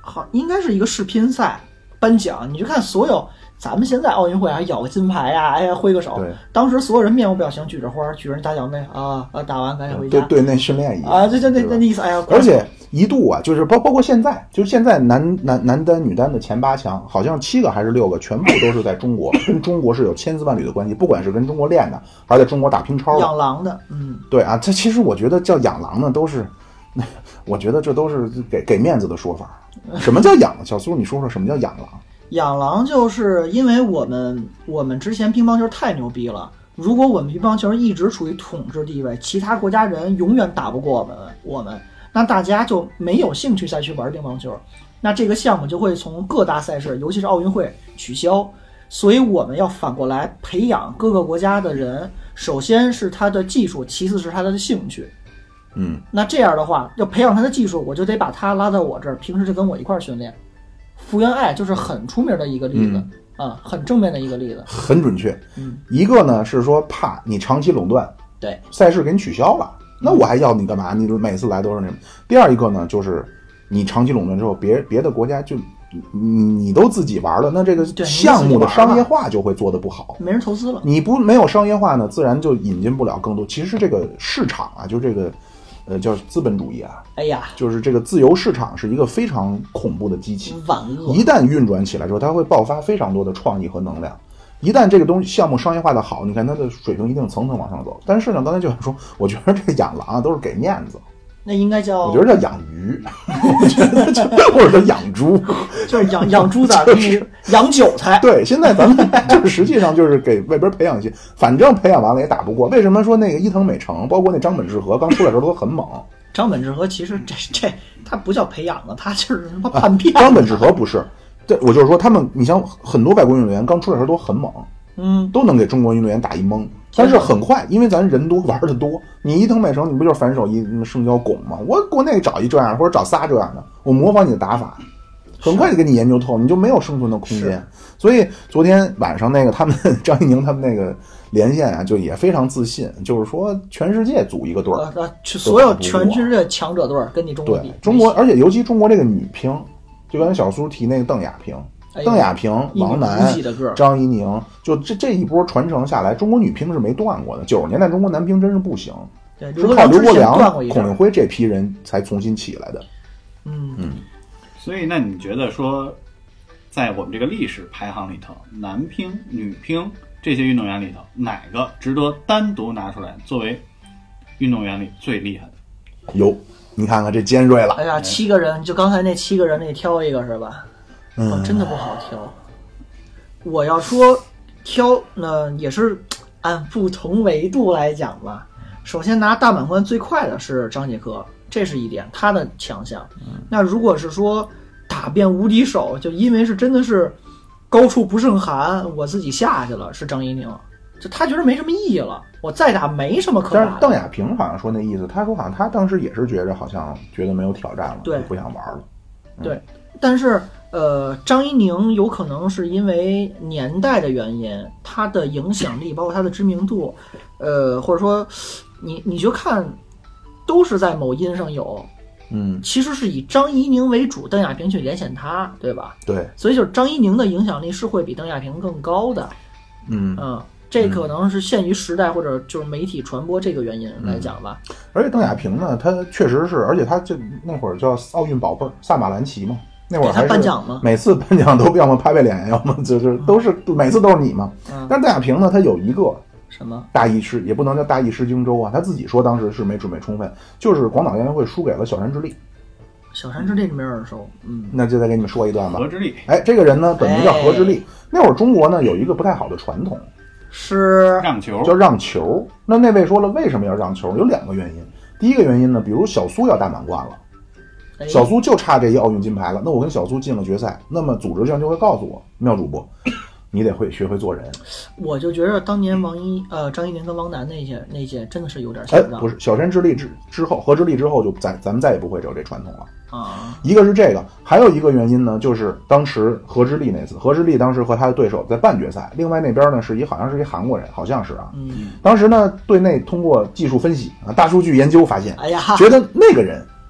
好，应该是一个世乒赛颁奖，你就看所有咱们现在奥运会啊，咬个金牌呀，哎呀挥个手，当时所有人面无表情，举着花，举着大奖杯啊，打完赶紧回家， 对那训练一样啊，那意思，哎呀， 而且一度啊，就是包括现在，就是现在男单、女单的前8强，好像7个还是6个，全部都是在中国，跟中国是有千丝万缕的关系，不管是跟中国练的，还是在中国打乒超养狼的， 对啊，这其实我觉得叫养狼呢，都是，我觉得这都是给面子的说法。什么叫养？小苏，你说说什么叫养狼？ 养狼就是因为我们之前乒乓球太牛逼了，如果我们乒乓球一直处于统治地位，其他国家人永远打不过我们，那大家就没有兴趣再去玩乒乓球，那这个项目就会从各大赛事，尤其是奥运会取消。所以我们要反过来培养各个国家的人，首先是他的技术，其次是他的兴趣。那这样的话，要培养他的技术，我就得把他拉到我这儿，平时就跟我一块儿训练。福原爱就是很出名的一个例子，很正面的一个例子， 很准确。一个呢是说怕你长期垄断， 对， 赛事给你取消了，那我还要你干嘛？你每次来都是那种。第二一个呢，就是你长期垄断之后，别的国家就你都自己玩了，那这个项目的商业化就会做得不好， 没人投资了。 你没有商业化呢，自然就引进不了更多。其实这个市场啊，就这个叫资本主义啊， 哎呀， 就是这个自由市场是一个非常恐怖的机器， 万恶。 一旦运转起来之后，它会爆发非常多的创意和能量。一旦这个东西项目商业化的好，你看它的水平一定层层往上走。但是呢，刚才就想说，我觉得这个养狼啊都是给面子。 那应该叫， 我觉得叫养鱼，我觉得或者叫养猪， 就是养猪仔，就是养韭菜。 对，现在咱们就是实际上就是给外边培养一些，反正培养完了也打不过。为什么说那个伊藤美诚，包括那张本智和刚出来的时候都很猛？ 张本智和其实这他不叫培养的，他就是什么叛变。 张本智和不是，对，我就是说他们，你像很多外国运动员刚出来的时候都很猛，都能给中国运动员打一懵。但是很快，因为咱人多玩的多，你伊藤美诚，你不就是反手一圣交拱吗？我国内找一这样的，或者找仨这样的，我模仿你的打法，很快就给你研究透，你就没有生存的空间。所以昨天晚上那个他们张怡宁他们那个连线啊，就也非常自信，就是说全世界组一个队儿， 所有全世界强者队跟你中国比。 中国，而且尤其中国这个女乒，就刚才小苏提那个邓亚萍。邓亚萍、王楠、张怡宁，就这一波传承下来，中国女乒是没断过的。90年代中国男乒真是不行，是靠刘国梁、孔令辉这批人才重新起来的。 所以那你觉得说，在我们这个历史排行里头，男乒、女乒这些运动员里头，哪个值得单独拿出来作为运动员里最厉害的？ 有，你看看这尖锐了。 哎呀，7个人，就刚才那7个人里挑一个是吧？真的不好挑。我要说挑呢，也是按不同维度来讲吧。首先拿大满贯最快的是张继科，这是一点，他的强项。那如果是说打遍无敌手，就因为是真的是高处不胜寒，我自己下去了，是张怡宁。就他觉得没什么意义了，我再打没什么可打的。 但是邓亚萍好像说那意思，他说好像他当时也是觉得没有挑战了， 对， 不想玩了。 对，但是张怡宁有可能是因为年代的原因，他的影响力包括他的知名度，或者说你就看都是在某音上有，其实是以张怡宁为主，邓亚萍去连线他，对吧？ 对， 所以就是张怡宁的影响力是会比邓亚萍更高的，这可能是限于时代或者就是媒体传播这个原因来讲吧。 而且邓亚萍呢，她确实是，而且她就那会儿叫奥运宝贝萨马兰奇嘛，那会儿还是颁奖吗？ 每次颁奖都要么拍脸，要么就是都是每次都是你嘛。但是邓亚萍呢，她有一个什么大意失，也不能叫大意失荆州啊，她自己说当时是没准备充分，就是广岛亚运会输给了小山智利。 小山智利没耳熟， 那就再给你们说一段吧。 何智利， 这个人呢，本名叫何智利。那会儿中国呢有一个不太好的传统， 是让球， 叫让球。那位说了，为什么要让球？有2个原因。第一个原因呢，比如小苏要大满贯了，小苏就差这一奥运金牌了，那我跟小苏进了决赛，那么组织上就会告诉我，妙主播，你得学会做人。我就觉得当年张怡宁跟王楠那届真的是有点像。 不是小山智利之后，何智利之后就咱们再也不会有这传统了。 一个是这个，还有一个原因呢，就是当时何智利那次，何智利当时和他的对手在半决赛，另外那边呢好像是一韩国人，好像是啊。当时呢队内通过技术分析啊，大数据研究发现， 哎呀， 觉得那个人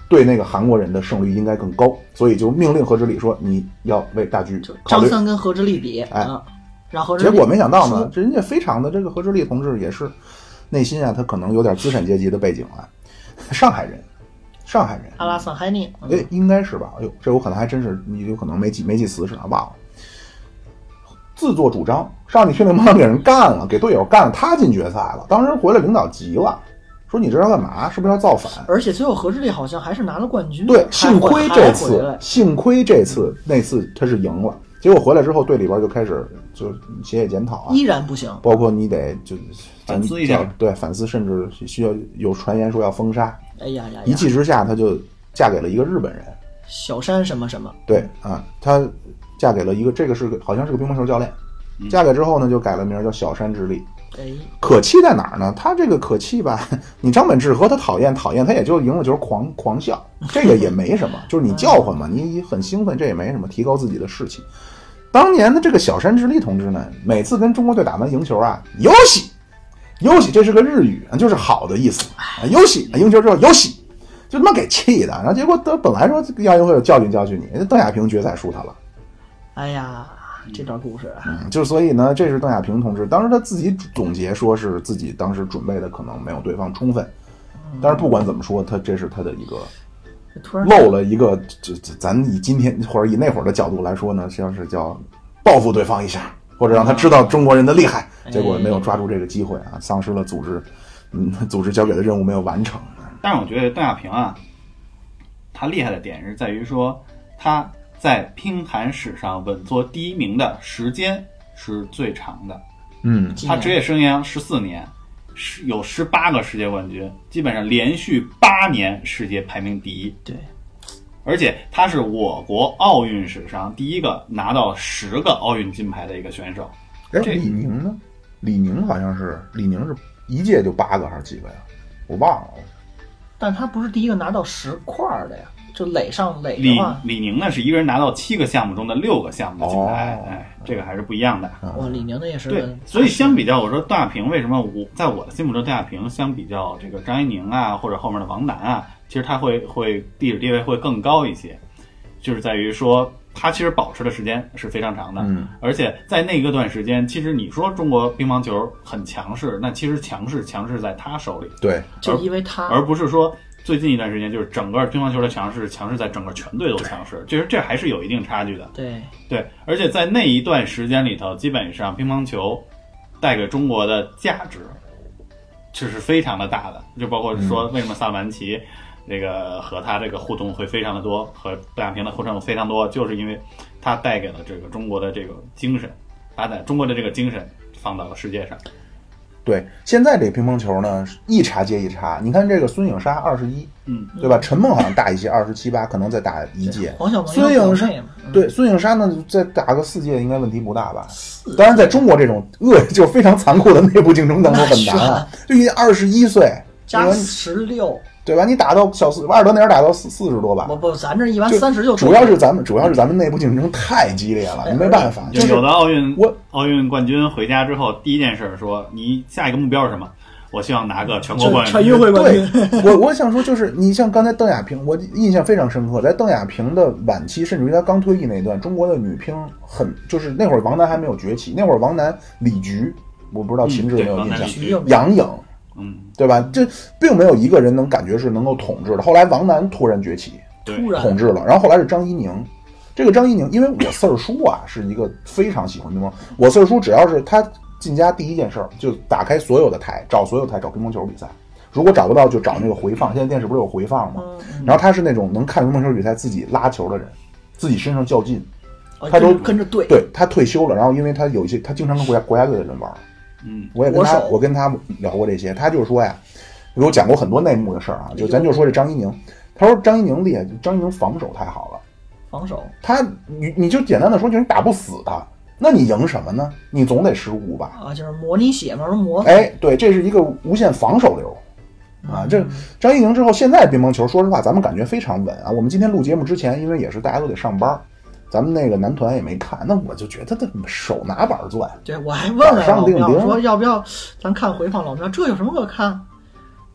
对那个韩国人的胜率应该更高，所以就命令何志立说你要为大局考虑。 张三跟何志立比，让何志立结果没想到呢，人家非常的这个何志立同志也是内心啊，他可能有点资产阶级的背景啊，上海人， 阿拉桑海尼， 应该是吧？哎呦，这我可能还真是有可能没记词是吧？忘了。自作主张上去训练班给人干了，给队友干了，他进决赛了。当时回来领导急了，说你这要干嘛？是不是要造反？ 而且最后何志立好像还是拿了冠军。 对，幸亏这次那次他是赢了。结果回来之后，队里边就开始就写检讨啊， 依然不行。 包括你得就反思一下， 对，反思，甚至需要有传言说要封杀。 哎呀， 一气之下，他就嫁给了一个日本人， 小山什么什么。 对啊，他嫁给了一个，这个好像是个乒乓球教练。嫁给之后呢，就改了名叫小山智丽。可气在哪儿呢？他这个可气吧，你张本智和他讨厌，他也就赢了球狂笑，这个也没什么，就是你叫唤嘛，你很兴奋，这也没什么，提高自己的士气。当年的这个小山智丽同志呢，每次跟中国队打完赢球啊，游戏，这是个日语，就是好的意思。游戏赢球之后游戏，就他妈给气的。然后结果本来说亚运会有教训你，邓亚萍决赛输他了。 哎呀。这段故事就是所以呢，这是邓亚萍同志当时他自己总结说是自己当时准备的可能没有对方充分，但是不管怎么说，这是他的一个漏了一个，咱以今天或者以那会儿的角度来说呢，像是叫报复对方一下，或者让他知道中国人的厉害，结果没有抓住这个机会啊，丧失了组织交给的任务没有完成。 但是我觉得邓亚萍啊，他厉害的点是在于说他在乒坛史上稳坐第一名的时间是最长的。他职业生涯14年，有18个世界冠军，基本上连续8年世界排名第一。 对， 而且他是我国奥运史上第一个拿到10个奥运金牌的一个选手。 李宁呢？李宁是一届就8个还是几个呀？我忘了。 但他不是第一个拿到10块的呀。就垒的话， 李宁呢是一个人拿到7个项目中的6个项目的金牌，这个还是不一样的。 李宁的也是。 对，所以相比较，我说邓亚萍为什么在我的心目中，邓亚萍相比较这个张怡宁啊，或者后面的王楠啊，其实他会历史地位会更高一些，就是在于说他其实保持的时间是非常长的，而且在那个段时间，其实你说中国乒乓球很强势，那其实强势在他手里， 对， 就因为他， 而不是说。最近一段时间，就是整个乒乓球的强势在整个全队都强势，就是这还是有一定差距的。对，而且在那一段时间里头，基本上乒乓球带给中国的价值这是非常的大的，就包括说为什么萨曼奇这个和他这个互动会非常的多，和邓亚萍的互动非常多，就是因为他带给了这个中国的这个精神，把中国的这个精神放到了世界上。 对，现在这个乒乓球呢，一茬接一茬。你看这个孙颖莎21，对吧？陈梦好像大一些，27、8，可能再打一届。孙颖莎，对，孙颖莎呢，再打个4届应该问题不大吧？当然，在中国这种就非常残酷的内部竞争当中很难啊。就21岁加16。 对吧？你打到瓦尔德内尔打到40多吧？ 不，咱这一般30就主要是咱们内部竞争太激烈了，你没办法。 就是有的奥运冠军回家之后，第一件事说：“你下一个目标是什么？我希望拿个全国冠军。” 全运会冠军。 对，我想说，就是你像刚才邓亚萍，我印象非常深刻，在邓亚萍的晚期，甚至于她刚退役那段，中国的女乒就是那会儿王楠还没有崛起，那会儿王楠、李菊，我不知道秦志有没有印象，杨颖。对吧？这并没有一个人能感觉是能够统治的。后来王楠突然崛起，统治了，然后后来是张怡宁。这个张怡宁，因为我四儿叔啊是一个非常喜欢乒乓，我四儿叔只要是他进家第一件事就打开所有的台，找所有台找乒乓球比赛。如果找不到就找那个回放，现在电视不是有回放吗？然后他是那种能看乒乓球比赛自己拉球的人，自己身上较劲，他都跟着队。 对，他退休了，然后因为他有一些他经常跟国家队的人玩。我跟他聊过这些，他就是说呀，给我讲过很多内幕的事儿啊。就咱就说这张怡宁，他说张怡宁厉害，张怡宁防守太好了。 防守， 你就简单的说，就是你打不死他，那你赢什么呢？你总得失误吧？ 就是模你血嘛，模。 对，这是一个无限防守流啊。这张怡宁之后，现在乒乓球，说实话，咱们感觉非常稳啊。我们今天录节目之前，因为也是大家都得上班。咱们那个男团也没看，那我就觉得他手拿板攥。 对，我还问了老苗说要不要咱看回放，老苗这有什么可看？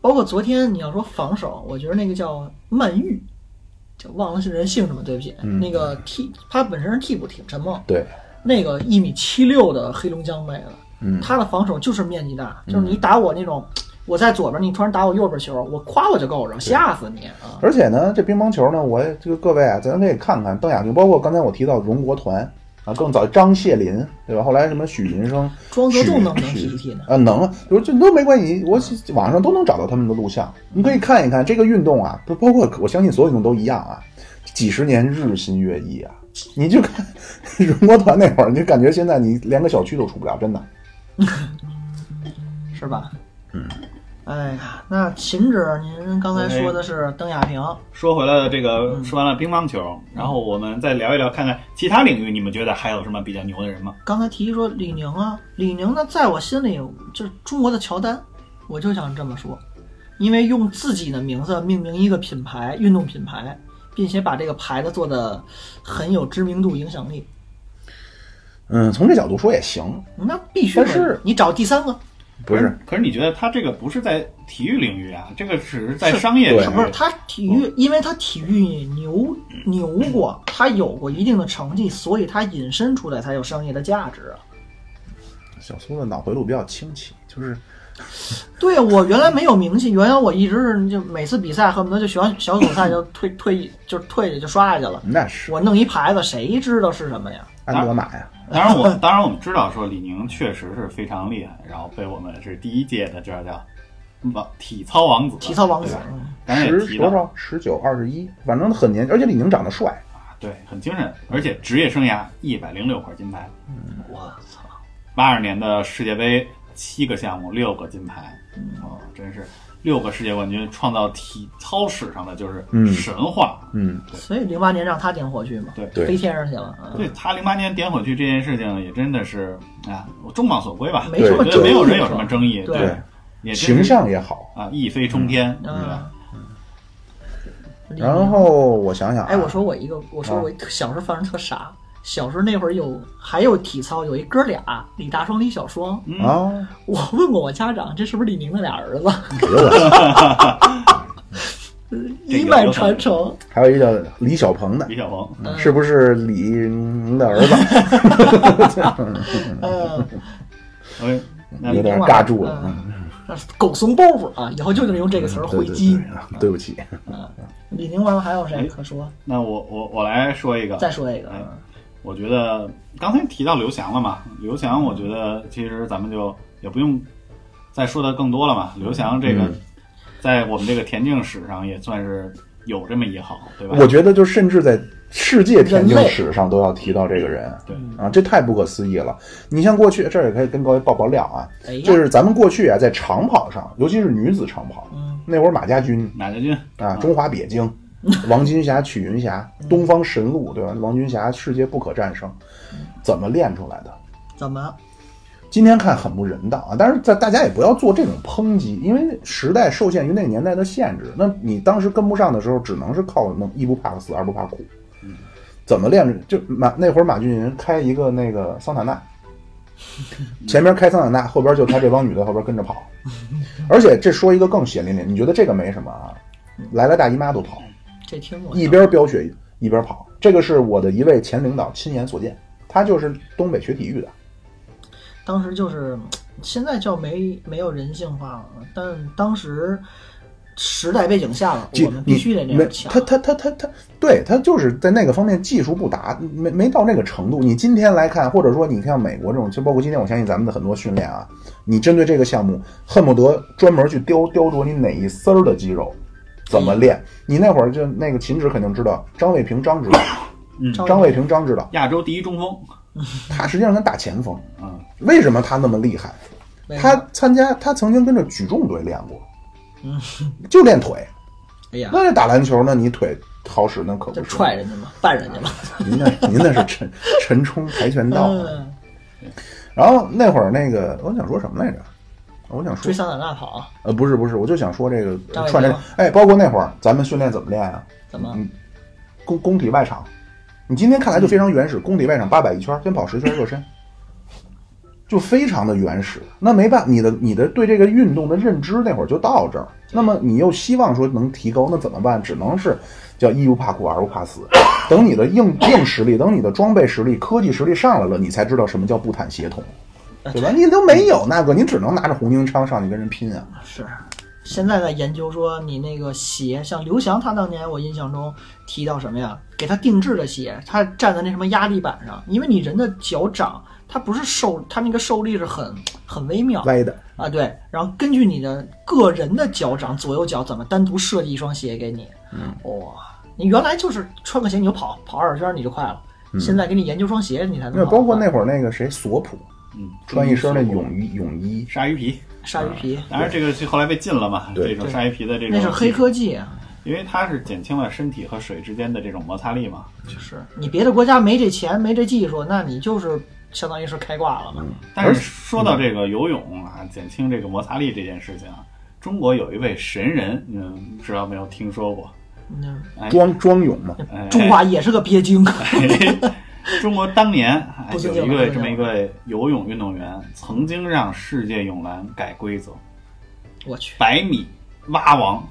包括昨天你要说防守，我觉得那个叫曼玉，就忘了是人姓什么，对不起，那个他本身是替补陈梦， 对， 那个1.76米的黑龙江妹子，他的防守就是面积大，就是你打我那种。我在左边，你突然打我右边球，我夸我就够着，吓死你啊！ 而且呢，这乒乓球呢，我这个各位啊，咱可以看看邓亚萍，包括刚才我提到荣国团啊，更早张谢林，对吧？后来什么许云生、 庄则栋能踢一踢呢？ 啊，能，这都没关系，我网上都能找到他们的录像，你可以看一看这个运动啊，包括我相信所有运动都一样啊，几十年日新月异啊，你就看荣国团那会儿，你就感觉现在你连个小区都出不了，真的， 是吧？哎呀，那秦指，您刚才说的是邓亚萍。 说回了这个，说完了乒乓球，然后我们再聊一聊，看看其他领域，你们觉得还有什么比较牛的人吗？ 刚才提说李宁啊，李宁呢，在我心里就是中国的乔丹，我就想这么说，因为用自己的名字命名一个品牌，运动品牌，并且把这个牌子做的很有知名度、影响力。 从这角度说也行， 那必须。 但是你找第三个。 不是， 可是你觉得他这个不是在体育领域啊？这个只是在商业领域。 不是他体育，因为他体育牛过，他有过一定的成绩，所以他引申出来才有商业的价值啊。 小苏的脑回路比较清奇，就是。 对，我原来没有名气，原来我一直是就每次比赛恨不得就小组赛就退下就刷下去了。 那是我弄一牌子，谁知道是什么呀？ 安德玛呀。 当然我们知道说李宁确实是非常厉害，然后被我们是第一届的这叫体操王子。 体操王子， 多少19、21，反正很年轻，而且李宁长得帅啊，对，很精神，而且职业生涯106块金牌。 我操 ！82年的世界杯7个项目6个金牌，真是6个世界冠军，创造体操史上的就是神话。 所以08年让他点火去嘛， 对， 飞天上去了。 对，他08年点火去这件事情也真的是啊，众望所归吧， 没什么没有人有什么争议， 对， 也形象也好啊，一飞冲天，对吧？ 然后我想想， 我说我小时候反正特傻。小时候那会儿还有体操，有一哥俩，李大双、李小双啊。 我问过我家长，这是不是李宁的俩儿子？一脉传承。 还有一个叫李小鹏的， 李小鹏是不是李宁的儿子？有点尬住了。 那是狗怂包袱啊！以后就得用这个词儿回击。 对不起。 李宁完了还有谁可说？ 那我来说一个， 再说一个。 我觉得刚才提到刘翔了嘛，刘翔我觉得其实咱们就也不用再说的更多了嘛。刘翔这个在我们这个田径史上也算是有这么一行，对吧？ 我觉得就甚至在世界田径史上都要提到这个人， 对啊，这太不可思议了。你像过去，这儿也可以跟各位爆料啊，就是咱们过去啊，在长跑上，尤其是女子长跑，那会儿马家军啊，中华鳖精。王金霞、曲云霞、东方神鹿，对吧？王金霞世界不可战胜，怎么练出来的？ 怎么？ 今天看很不人道啊！但是大家也不要做这种抨击，因为时代受限于那个年代的限制。那你当时跟不上的时候，只能是靠一不怕死，二不怕苦。怎么练？就那会儿马俊仁开一个那个桑塔纳，前面开桑塔纳，后边就他这帮女的后边跟着跑。而且这说一个更血淋淋，你觉得这个没什么啊？来了大姨妈都跑。 这听过， 一边飙雪一边跑，这个是我的一位前领导亲眼所见，他就是东北学体育的。 当时就是现在叫没有人性化了，但当时时代背景下了，我们必须得这样强。 对他就是在那个方面技术不达，没到那个程度。你今天来看，或者说你看美国这种，就包括今天我相信咱们的很多训练啊，你针对这个项目，恨不得专门去雕琢你哪一丝儿的肌肉。怎么练？你那会儿就那个秦指肯定知道，张卫平张知道，张卫平张知道， 亚洲第一中锋， 他实际上跟大前锋。为什么他那么厉害？他曾经跟着举重队练过，就练腿。 哎呀， 那打篮球呢？你腿好使，那可不是踹人家吗？绊人家吗？ 您那是陈冲跆拳道。然后那会儿那个，我想说什么来着？我想说追桑塔纳跑不是，我就想说这个串这包括那会儿咱们训练怎么练啊？ 怎么？ 工体外场，你今天看来就非常原始，工体外场800一圈，先跑10圈热身， 就非常的原始。那没办法，你的对这个运动的认知那会儿就到这儿，那么你又希望说能提高，那怎么办？只能是叫一不怕苦二不怕死，等你的硬实力，等你的装备实力、科技实力上来了，你才知道什么叫步坦协同，对吧？你都没有那个，你只能拿着红缨枪上去跟人拼啊。 是。现在在研究说你那个鞋，像刘翔他当年我印象中提到什么呀？给他定制的鞋，他站在那什么压力板上，因为你人的脚掌它不是他那个受力是很微妙歪的啊，对。然后根据你的个人的脚掌左右脚怎么单独设计一双鞋给你，哇，你原来就是穿个鞋你就跑20圈你就快了，现在给你研究双鞋你才能跑。 包括那会儿那个谁索普，穿一身那泳衣鲨鱼皮。当然这个后来被禁了嘛，这种鲨鱼皮的这种那是黑科技啊， 因为它是减轻了身体和水之间的这种摩擦力嘛。 就是你别的国家没这钱没这技术，那你就是相当于是开挂了嘛。 但是说到这个游泳啊，减轻这个摩擦力这件事情啊，中国有一位神人，知道没有听说过？ 庄泳嘛， 中华也是个鳖精。 中国当年有这么一个游泳运动员，曾经让世界泳篮改规则。 我去 ，100米蛙王。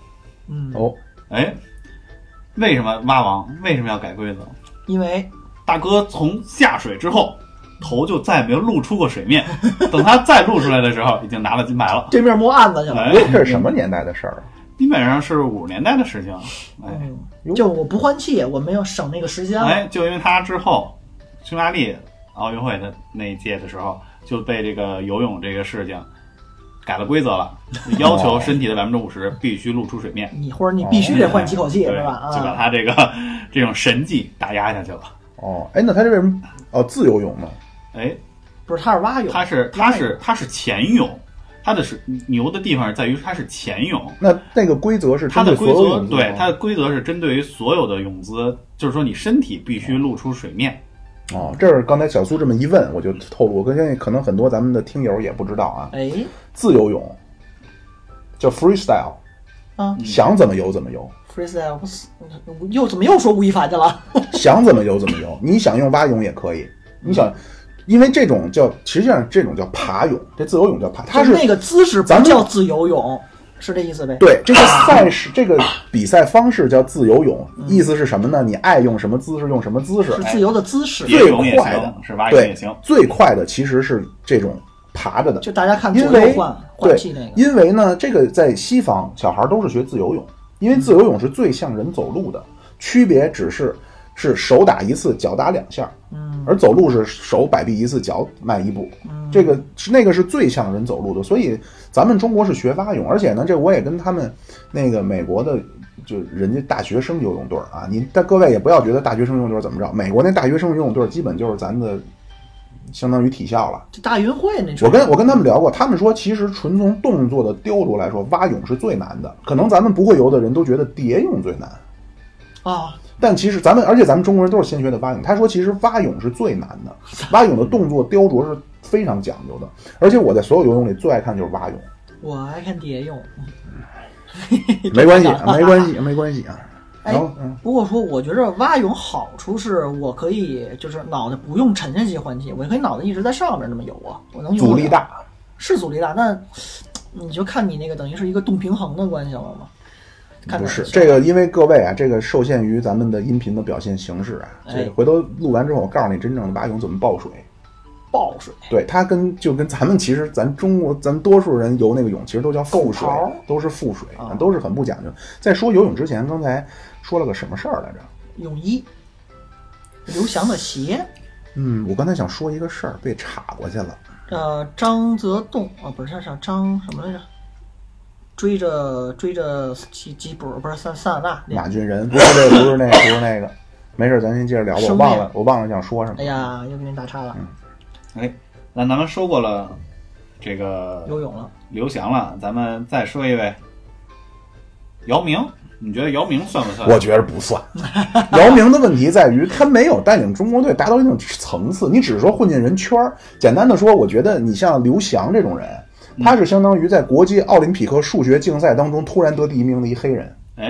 为什么蛙王？为什么要改规则？ 因为大哥从下水之后，头就再也没有露出过水面。等他再露出来的时候，已经拿了金牌了。 对面摸案子去了。 这是什么年代的事儿？ 基本上是50年代的事情。 就我不换气，我没有省那个时间了。 就因为他之后。匈牙利奥运会的那一届的时候，就被这个游泳这个事情改了规则了，要求身体的50%必须露出水面。 或者你必须得换几口气，是吧？ 就把他这种神迹打压下去了。 那他这为什么自由泳呢？ 不是，他是蛙泳， 他是潜泳。它的牛的地方在于它是潜泳， 那个规则是它的规则，对，它的规则是针对于所有的泳姿，就是说你身体必须露出水面。 这是刚才小苏这么一问，我就透露，我相信可能很多咱们的听友也不知道啊。自由泳叫 freestyle，想怎么游怎么游。 freestyle 怎么又说吴亦凡去了？ 想怎么游怎么游，你想用蛙泳也可以，你想。因为这种实际上这种叫爬泳，这自由泳叫爬，它是那个姿势不叫自由泳，是这意思呗？ 对，这个赛事这个比赛方式叫自由泳，意思是什么呢？你爱用什么姿势用什么姿势， 是自由的姿势。 最快的是蛙泳也行， 最快的其实是这种爬着的。 就大家看左右换气那个。 因为呢，这个在西方小孩都是学自由泳，因为自由泳是最像人走路的，区别只是手打一次，脚打2下。而走路是手摆臂一次，脚迈一步，那个是最像人走路的。所以咱们中国是学蛙泳，而且呢，这我也跟他们那个美国的，就人家大学生游泳队啊，但各位也不要觉得大学生游泳队怎么着，美国那大学生游泳队基本就是咱的相当于体校了。 这大运会那我跟他们聊过，他们说其实纯从动作的雕琢来说，蛙泳是最难的。可能咱们不会游的人都觉得蝶泳最难但其实而且咱们中国人都是先学的蛙泳。他说其实蛙泳是最难的，蛙泳的动作雕琢是非常讲究的。而且我在所有游泳里最爱看就是蛙泳。 我爱看蝶泳。 没关系啊。 不过说我觉得蛙泳好处是我可以就是脑袋不用沉下去换气，我可以脑袋一直在上面那么游啊，我能游。 阻力大是阻力大，但你就看你那个等于是一个动平衡的关系了嘛。 不是这个，因为各位啊，这个受限于咱们的音频的表现形式啊，这个回头录完之后，我告诉你真正的蛙泳怎么抱水。对，它就跟咱们其实咱多数人游那个泳其实都叫腹水，都是腹水，都是很不讲究。在说游泳之前，刚才说了个什么事儿来着？ 泳衣，刘翔的鞋。 我刚才想说一个事儿，被岔过去了。 张则栋不是叫张什么来着？追着吉普不是桑塔纳马俊仁，不是那个，没事，咱先接着聊吧。我忘了想说什么。 哎呀，又给您打岔了。 那咱们说过了这个游泳了， 刘翔了，咱们再说一位姚明。你觉得姚明算不算？ 我觉得不算。姚明的问题在于他没有带领中国队达到一种层次，你只是说混进人圈。简单的说，我觉得你像刘翔这种人。他是相当于在国际奥林匹克数学竞赛当中突然得第1名的一黑人，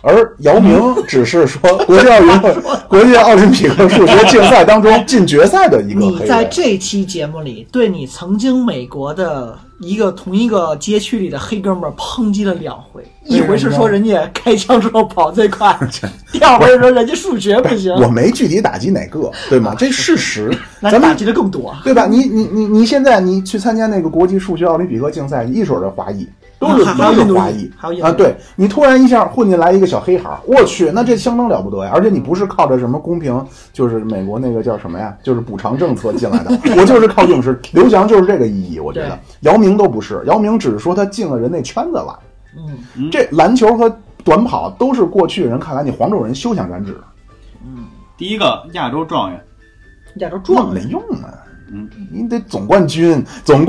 而姚明只是说国际奥林匹克数学竞赛当中进决赛的一个黑人。 你在这期节目里对你曾经美国的同一个街区里的黑哥们抨击了2回，一回是说人家开枪之后跑最快，第2回是说人家数学不行。 我没具体打击哪个，对吗？这事实， 那你打击的更多， 对吧？你现在你去参加那个国际数学奥林匹克竞赛，一水的华裔。都是华裔啊！对，你突然一下混进来一个小黑孩，我去，那这相当了不得呀！而且你不是靠着什么公平，就是美国那个叫什么呀，就是补偿政策进来的，我就是靠硬实。刘翔就是这个意义，我觉得。姚明都不是，姚明只是说他进了人那圈子了。这篮球和短跑都是过去人看来你黄种人休想染指。 第一个亚洲状元， 亚洲状元没用啊。你得总冠军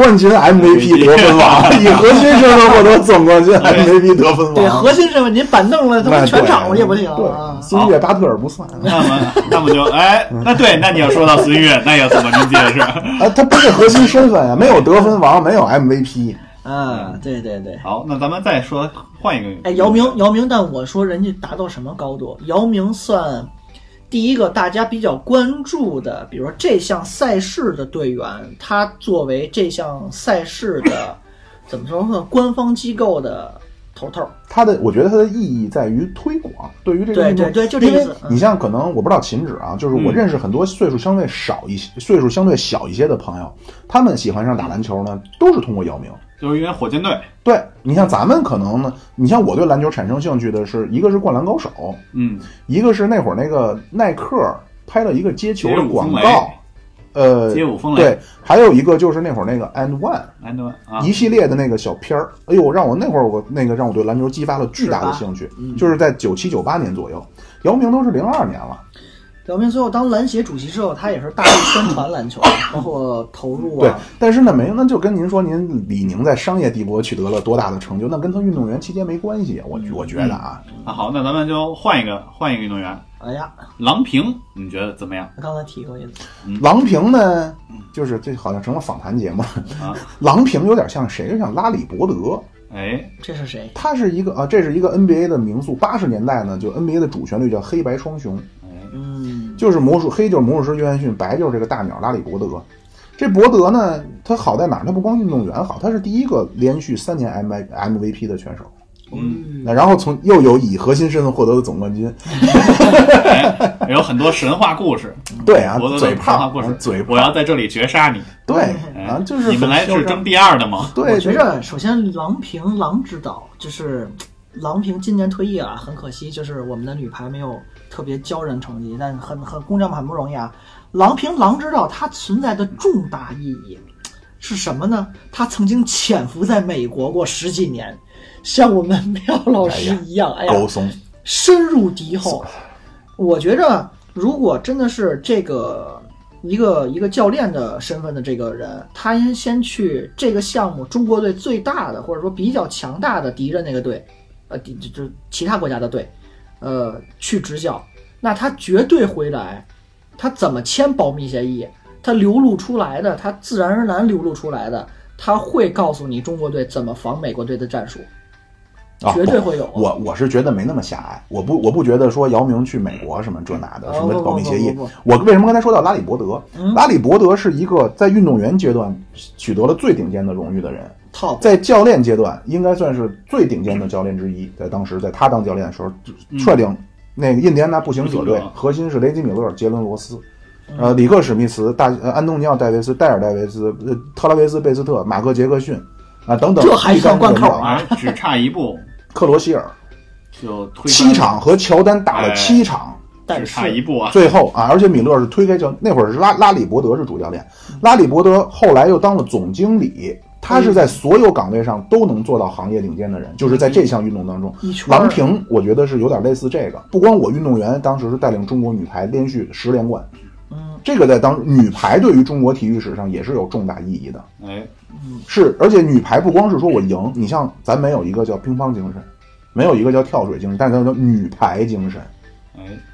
MVP 得分王，以核心身份获得总冠军 MVP 得分王。 对，核心身份您板凳了，他们全场也不行啊。孙悦、巴特尔不算。 那么就那对，那你要说到孙悦，那要怎么您解释？ 他不是核心身份啊，没有得分王，没有 MVP。 对。 好，那咱们再说换一个。 姚明，但我说人家达到什么高度？姚明算第一个大家比较关注的，比如说这项赛事的队员，他作为这项赛事的怎么说呢？官方机构的头， 我觉得它的意义在于推广，对于这个运动， 对，就这意思。 你像可能我不知道秦止啊，就是我认识很多岁数相对小一些的朋友，他们喜欢上打篮球呢，都是通过姚明。 就是因为火箭队。 对，你像咱们可能呢，你像我对篮球产生兴趣的是一个是灌篮高手，一个是那会儿那个耐克拍了一个接球的广告， 街舞风雷。 对，还有一个就是那会儿那个 And One 一系列的那个小片儿，哎呦，让我对篮球激发了巨大的兴趣，就是在97、98年左右，姚明都是02年了。 姚明最后当篮协主席之后，他也是大力宣传篮球，包括投入对，但是呢，那就跟您说，您李宁在商业帝国取得了多大的成就，那跟他运动员期间没关系，我觉得啊。 好，那咱们就换一个运动员。郎平，你觉得怎么样？ 刚才提过一次。 郎平呢，就是这好像成了访谈节目了。郎平有点像谁？像拉里伯德。 这是谁？ 他是一个这是一个 NBA 的名宿。80年代呢，就 NBA 的主旋律叫黑白双雄。就是黑就是魔术师约翰逊，白就是这个大鸟拉里伯德。这伯德呢，他好在哪儿？他不光运动员好，他是第一个连续3年 MVP 的选手。然后又有以核心身份获得的总冠军。 有很多神话故事。 对啊， 嘴炮故事，我要在这里绝杀你。 对就是你们来是争第2的吗？ 对，我觉着首先郎指导就是郎平今年退役了，很可惜，就是我们的女排没有特别骄人成绩，但很工匠很不容易啊。郎指导他存在的重大意义是什么呢？他曾经潜伏在美国过10几年，像我们苗老师一样， 高松深入敌后。我觉着如果真的是这个一个教练的身份的这个人，他先去这个项目中国队最大的或者说比较强大的敌人那个队，就其他国家的队，去执教，那他绝对回来，他怎么签保密协议，他流露出来的，他自然而然流露出来的，他会告诉你中国队怎么防美国队的战术。绝对会有。 我是觉得没那么狭隘，我不觉得说姚明去美国什么这那的什么保密协议。我为什么刚才说到拉里伯德？拉里伯德是一个在运动员阶段取得了最顶尖的荣誉的人，在教练阶段应该算是最顶尖的教练之一。在当时，在他当教练的时候，率领那个印第安纳步行者队，核心是雷吉米勒、杰伦罗斯。里克史密斯、安东尼奥戴维斯、戴尔戴维斯、特拉维斯贝斯特、马克杰克逊等等， 这还算贯口啊？ 只差一步。 克罗希尔就 7场和乔丹打了7场， 只差一步啊！ 最后而且米勒是推开那会儿是拉里伯德是主教练，拉里伯德后来又当了总经理，他是在所有岗位上都能做到行业顶尖的人，就是在这项运动当中。郎平我觉得是有点类似这个，不光我运动员当时是带领中国女排连续10连冠，这个在女排对于中国体育史上也是有重大意义的。是，而且女排不光是说我赢，你像咱没有一个叫乒乓精神，没有一个叫跳水精神，但是叫女排精神。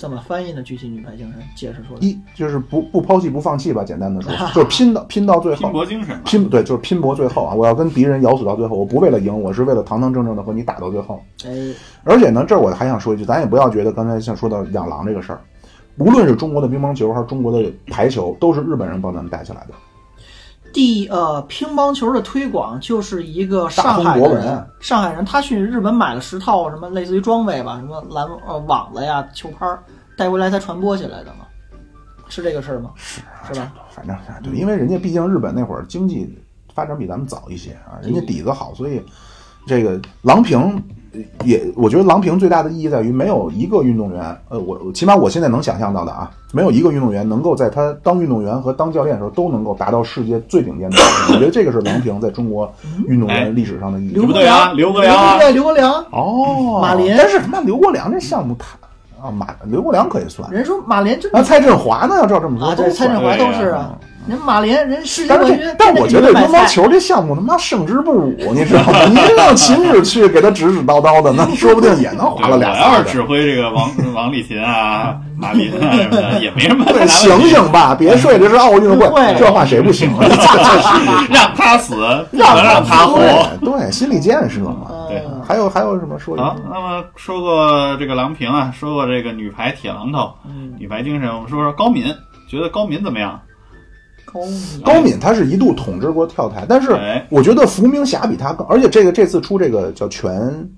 怎么翻译呢？具体女排精神解释出来。 一就是不抛弃不放弃吧，简单的说，就是拼到最后， 拼搏精神， 对，就是拼搏最后啊！我要跟敌人咬死到最后，我不为了赢，我是为了堂堂正正的和你打到最后。而且呢，这我还想说一句，咱也不要觉得刚才像说到养狼这个事儿，无论是中国的乒乓球还是中国的排球，都是日本人帮咱们带起来的。 乒乓球的推广就是一个上海人，他去日本买了10套什么类似于装备吧，什么网子呀、球拍带回来才传播起来的嘛，是这个事儿吗？是吧？ 反正对，因为人家毕竟日本那会儿经济发展比咱们早一些啊，人家底子好，所以这个郎平我觉得郎平最大的意义在于没有一个运动员，起码我现在能想象到的啊，没有一个运动员能够在他当运动员和当教练的时候都能够达到世界最顶尖的。我觉得这个是郎平在中国运动员历史上的意义。 刘国梁哦，马林， 但是他妈刘国梁这项目刘国梁可以算， 人说马林真蔡振华呢，要照这么说对，蔡振华都是啊。人马林人世界冠军， 但我觉得乒乓球这项目他妈胜之不武，你知道吗？你让秦止去给他指叨叨的，那说不定也能划了俩。 我要是指挥这个王励勤啊、马林啊什么的，也没什么。 对，醒醒吧，别睡，这是奥运会，这话谁不行？ 让他死，让他活， 对，心理建设嘛。 对， 还有什么说？ 好，那么说过这个郎平啊，说过这个女排铁榔头，女排精神，我们说说高敏，觉得高敏怎么样？ 高敏他是一度统治过跳台，但是我觉得伏明霞比他更，而且这次出这个叫全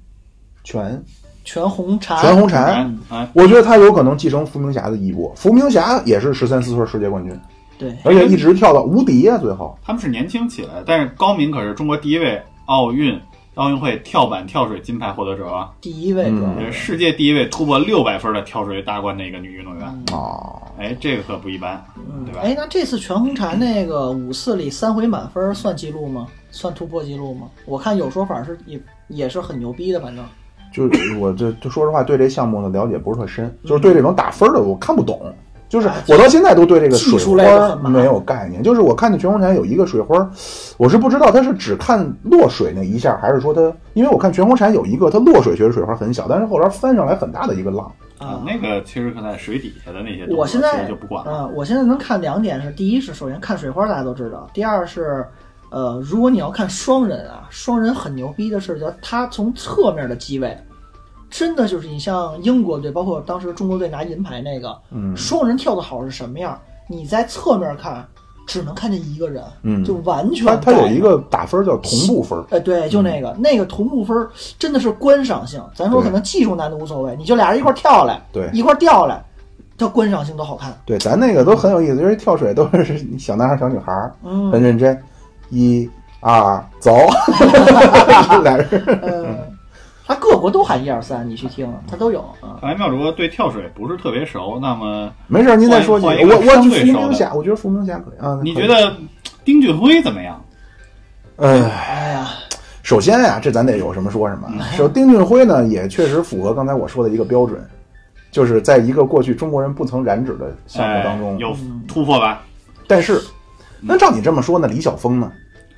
红婵，我觉得他有可能继承伏明霞的衣钵。伏明霞也是13、14岁世界冠军， 对， 而且一直跳到无敌啊，最后他们是年轻起来，但是高敏可是中国第一位奥运会跳板跳水金牌获得者啊， 第一位， 世界第一位突破600分的跳水大关的一个女运动员哦， 这个可不一般，对吧？ 那这次全红婵那个5-4里3回满分算记录吗？算突破记录吗？我看有说法是也是很牛逼的，反正就是我就说实话，对这项目的了解不是特深，就是对这种打分的我看不懂。就是我到现在都对这个水花没有概念，就是我看见全红婵有一个水花，我是不知道他是只看落水那一下，还是说他，因为我看全红婵有一个他落水觉得水花很小，但是后来翻上来很大的一个浪那个其实可在水底下的那些动作， 我现在就不管了。 我现在能看2点是，第一是首先看水花大家都知道，第二是如果你要看双人啊，双人很牛逼的是叫他从侧面的机位。真的就是你像英国队，包括当时中国队拿银牌那个，双人跳的好是什么样？你在侧面看，只能看见一个人，就完全他有一个打分叫同步分， 对，就那个同步分真的是观赏性。咱说可能技术难度无所谓，你就俩人一块跳来， 对， 一块掉来，它观赏性都好看。 对，咱那个都很有意思，因为跳水都是小男孩小女孩，很认真，1、2走，俩人。 他各国都喊1、2、3，你去听，他都有啊。 看来妙主播对跳水不是特别熟，那么没事，您再说几个。我伏明霞，我觉得伏明霞可以啊。 你觉得丁俊晖怎么样？ 哎呀， 首先呀，这咱得有什么说什么。丁俊晖呢，也确实符合刚才我说的一个标准，就是在一个过去中国人不曾染指的项目当中有突破吧。 但是，那照你这么说呢，李晓峰呢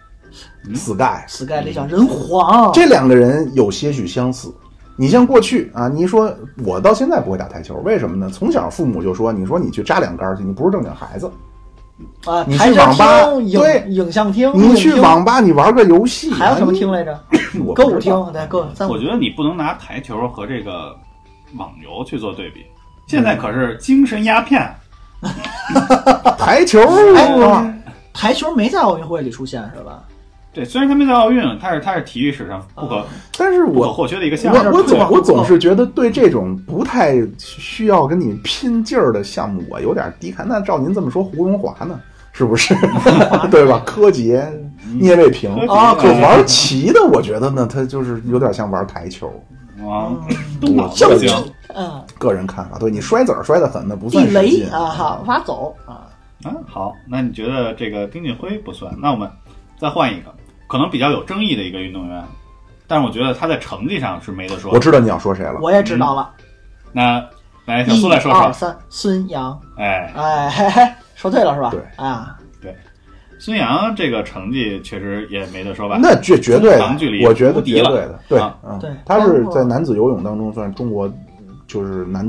？Sky 李小人皇， 这两个人有些许相似。你像过去啊，你说我到现在不会打台球，为什么呢？从小父母就说，你说你去扎2杆去，你不是正经孩子啊。 你去网吧， 对，影像厅， 你去网吧，你玩个游戏， 还有什么厅来着？歌舞厅，对，歌舞。 我觉得你不能拿台球和这个网游去做对比，现在可是精神鸦片。 台球， 台球没在奥运会里出现是吧？ 对，虽然他没在奥运，但是他是体育史上但是不可或缺的一个项目。 我总是觉得对这种不太需要跟你拼劲儿的项目，我有点低看。那照您这么说，胡荣华呢？是不是？对吧？柯洁、聂卫平就玩棋的，我觉得呢，他就是有点像玩台球啊。 个人看法，对你摔子儿摔得很，那不算地雷啊，挖走啊。 好，那你觉得这个丁俊晖不算？那我们再换一个。可能比较有争议的一个运动员，但是我觉得他在成绩上是没得说。 我知道你要说谁了， 我也知道了。 那来，小苏来说说。 1、2、3，孙杨。说对了是吧？ 对啊， 对，孙杨这个成绩确实也没得说吧？ 那绝对的，我觉得绝对的，对，他是在男子游泳当中算中国就是男子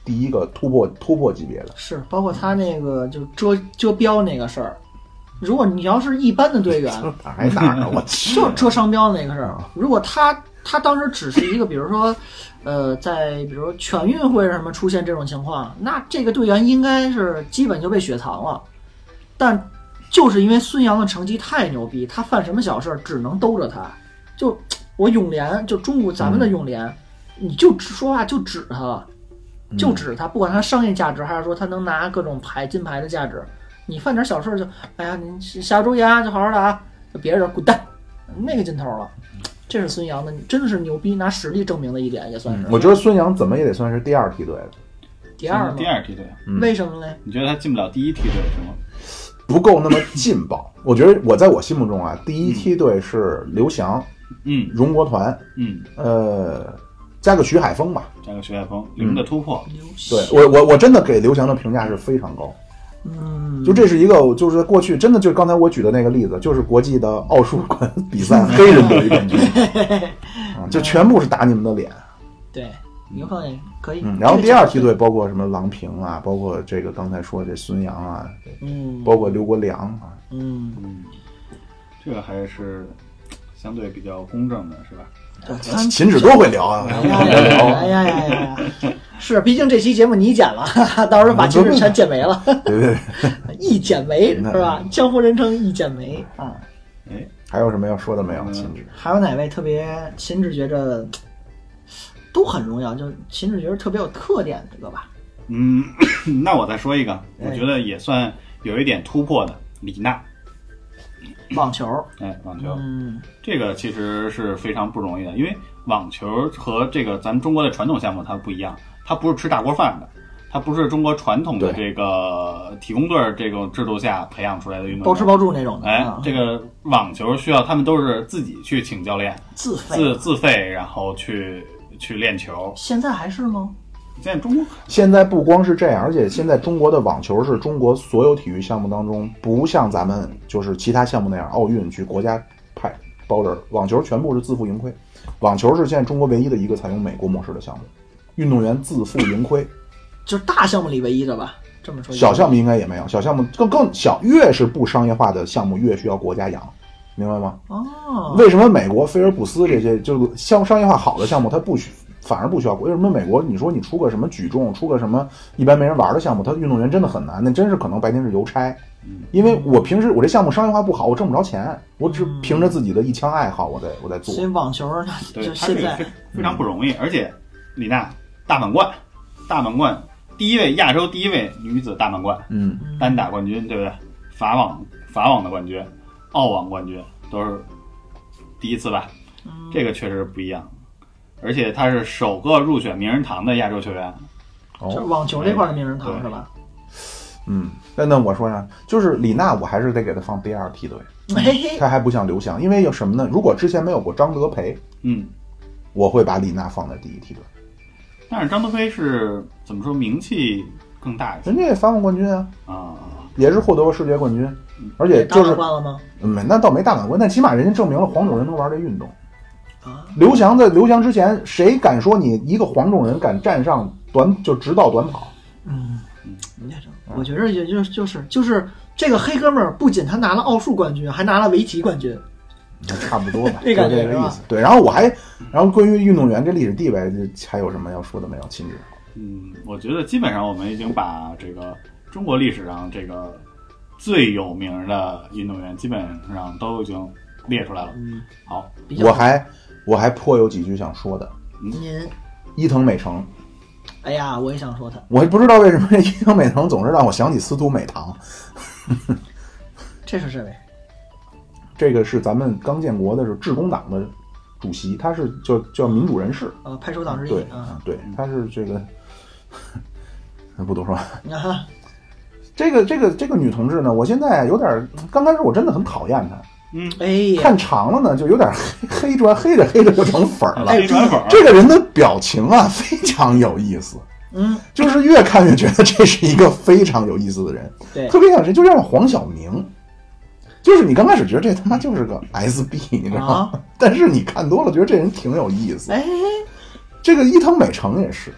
第一个突破级别的。 是，包括他那个就遮标那个事儿，如果你要是一般的队员， 还打呢，我就遮商标那个事儿，如果他当时只是一个，比如说，在比如说全运会什么出现这种情况，那这个队员应该是基本就被雪藏了。但就是因为孙杨的成绩太牛逼，他犯什么小事只能兜着他。就我永联，就中国咱们的永联，你就说话就指他了，就指他，不管他商业价值还是说他能拿各种金牌的价值，你犯点小事就，哎呀，你下周一啊就好好打，别人滚蛋，那个劲头了。这是孙杨的，真的是牛逼，拿实力证明的一点，也算是。 我觉得孙杨怎么也得算是第二梯队的。 第二梯队， 为什么嘞？ 你觉得他进不了第一梯队是吗？ 不够那么劲爆。我觉得我在我心目中啊，第一梯队是刘翔，荣国团，加个徐海峰吧， 零的突破。 对，我真的给刘翔的评价是非常高。就这是一个，就是过去真的就是刚才我举的那个例子，就是国际的奥数馆比赛黑人得冠军，就全部是打你们的脸。 对，有可能可以。 然后第二梯队包括什么郎平啊，包括这个刚才说这孙杨啊，包括刘国梁啊， 这个还是相对比较公正的，是吧？ 秦止多会聊啊！ 哎呀，是，毕竟这期节目你剪了，到时候把秦止全剪没了。 对， 一剪梅是吧？江湖人称一剪梅啊。 还有什么要说的没有？秦止还有哪位特别？秦止觉着都很重要，就秦止觉得特别有特点的一个吧。 那我再说一个，我觉得也算有一点突破的李娜。 网球， 网球，这个其实是非常不容易的，因为网球和这个咱们中国的传统项目它不一样，它不是吃大锅饭的，它不是中国传统的这个体工队这种制度下培养出来的运动员， 包吃包住那种的。 这个网球需要他们都是自己去请教练，自费，然后去练球。 现在还是吗？ 现在不光是这样，而且现在中国的网球是中国所有体育项目当中，不像咱们就是其他项目那样，奥运去国家派包着，网球全部是自负盈亏。网球是现在中国唯一的一个采用美国模式的项目，运动员自负盈亏， 就是大项目里唯一的吧？这么说， 小项目应该也没有，小项目更小，越是不商业化的项目越需要国家养，明白吗？为什么美国菲尔普斯这些就是商业化好的项目，它反而不需要。为什么美国你说你出个什么举重，出个什么一般没人玩的项目，它运动员真的很难，那真是可能白天是邮差。因为我平时我这项目商业化不好，我挣不着钱，我只凭着自己的一腔爱好，我在做。 所以网球就现在非常不容易，而且李娜大满贯，亚洲第一位女子大满贯，单打冠军，对不对？法网的冠军，澳网冠军都是第一次吧？这个确实不一样。而且他是首个入选名人堂的亚洲球员， 就是网球这块的名人堂是吧？ 那我说呀，就是李娜，我还是得给他放第二梯队，他还不像刘翔，因为有什么呢？如果之前没有过张德培，我会把李娜放在第一梯队。 但是张德培是怎么说，名气更大一些， 人家也法网冠军也是获得过世界冠军，而且就是大满贯了吗？ 那倒没大满贯，但起码人家证明了黄种人能玩这运动。刘翔之前，谁敢说你一个黄种人敢站上直道短跑？ 我觉得也就是这个黑哥们儿，不仅他拿了奥数冠军，还拿了围棋冠军， 差不多吧， 这个意思。对，然后关于运动员这历史地位，还有什么要说的没有？秦止？ 我觉得基本上我们已经把这个中国历史上这个最有名的运动员基本上都已经列出来了。好， 我还颇有几句想说的。伊藤美诚。 哎呀，我也想说他。 我不知道为什么伊藤美诚总是让我想起司徒美堂。 这是谁？ 这个是咱们刚建国的是致公党的主席，他是叫民主人士。 派首党之一。 对，他是这个，不多说。这个女同志呢，我现在有点，刚开始我真的很讨厌她。看长了呢，就有点黑着就成粉了。这个人的表情啊，非常有意思。就是越看越觉得这是一个非常有意思的人。 对， 特别像谁，就像黄晓明。就是你刚开始觉得这他妈就是个 SB， 你知道吗？但是你看多了，觉得这人挺有意思。 哎， 这个伊藤美诚也是，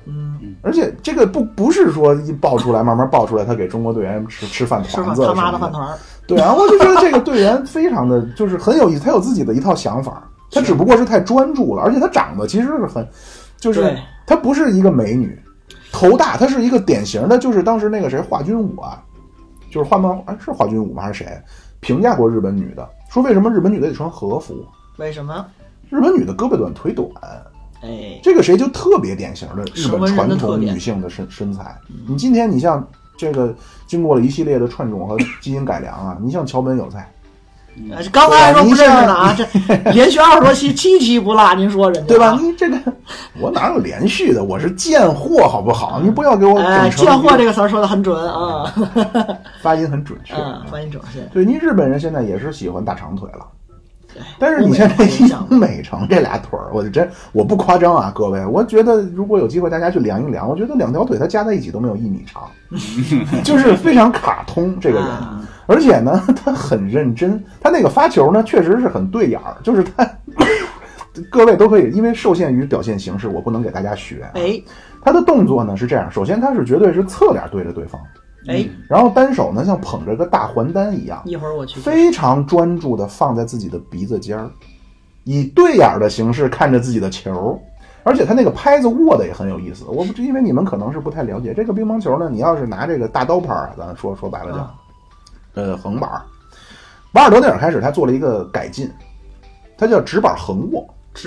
而且这个不是说一爆出来慢慢爆出来，他给中国队员吃饭团子， 他妈的饭团。 对啊，我就觉得这个队员非常的就是很有意思，他有自己的一套想法，他只不过是太专注了，而且他长得其实是很，就是他不是一个美女，头大，他是一个典型的，就是当时那个谁华君武啊，就是是华君武吗还是谁评价过日本女的，说为什么日本女的得穿和服？ 为什么？ 日本女的胳膊短腿短。 哎， 这个谁就特别典型的日本传统女性的身材。你今天你像这个经过了一系列的串种和基因改良啊，你像桥本有菜， 刚才说不认识呢啊，这连续20多期7期不落，您说人家对吧？你这个我哪有连续的？我是贱货好不好？你不要给我整成贱货这个词说的很准啊， 发音很准确， 发音准确。 对，你日本人现在也是喜欢大长腿了。但是你现在伊藤美诚这俩腿儿，我不夸张啊，各位，我觉得如果有机会大家去量一量，我觉得2条腿它加在一起都没有1米长，就是非常卡通这个人，而且呢他很认真，他那个发球呢确实是很对眼儿，就是他各位都可以，因为受限于表现形式，我不能给大家学啊。他的动作呢是这样，首先他是绝对是侧脸对着对方。然后单手呢像捧着个大还丹一样， 一会儿我去， 非常专注的放在自己的鼻子尖儿，以对眼的形式看着自己的球，而且他那个拍子握的也很有意思。我不知因为你们可能是不太了解这个乒乓球呢，你要是拿这个大刀拍啊，咱说白了叫横板。瓦尔德内尔开始他做了一个改进，他叫直板横握，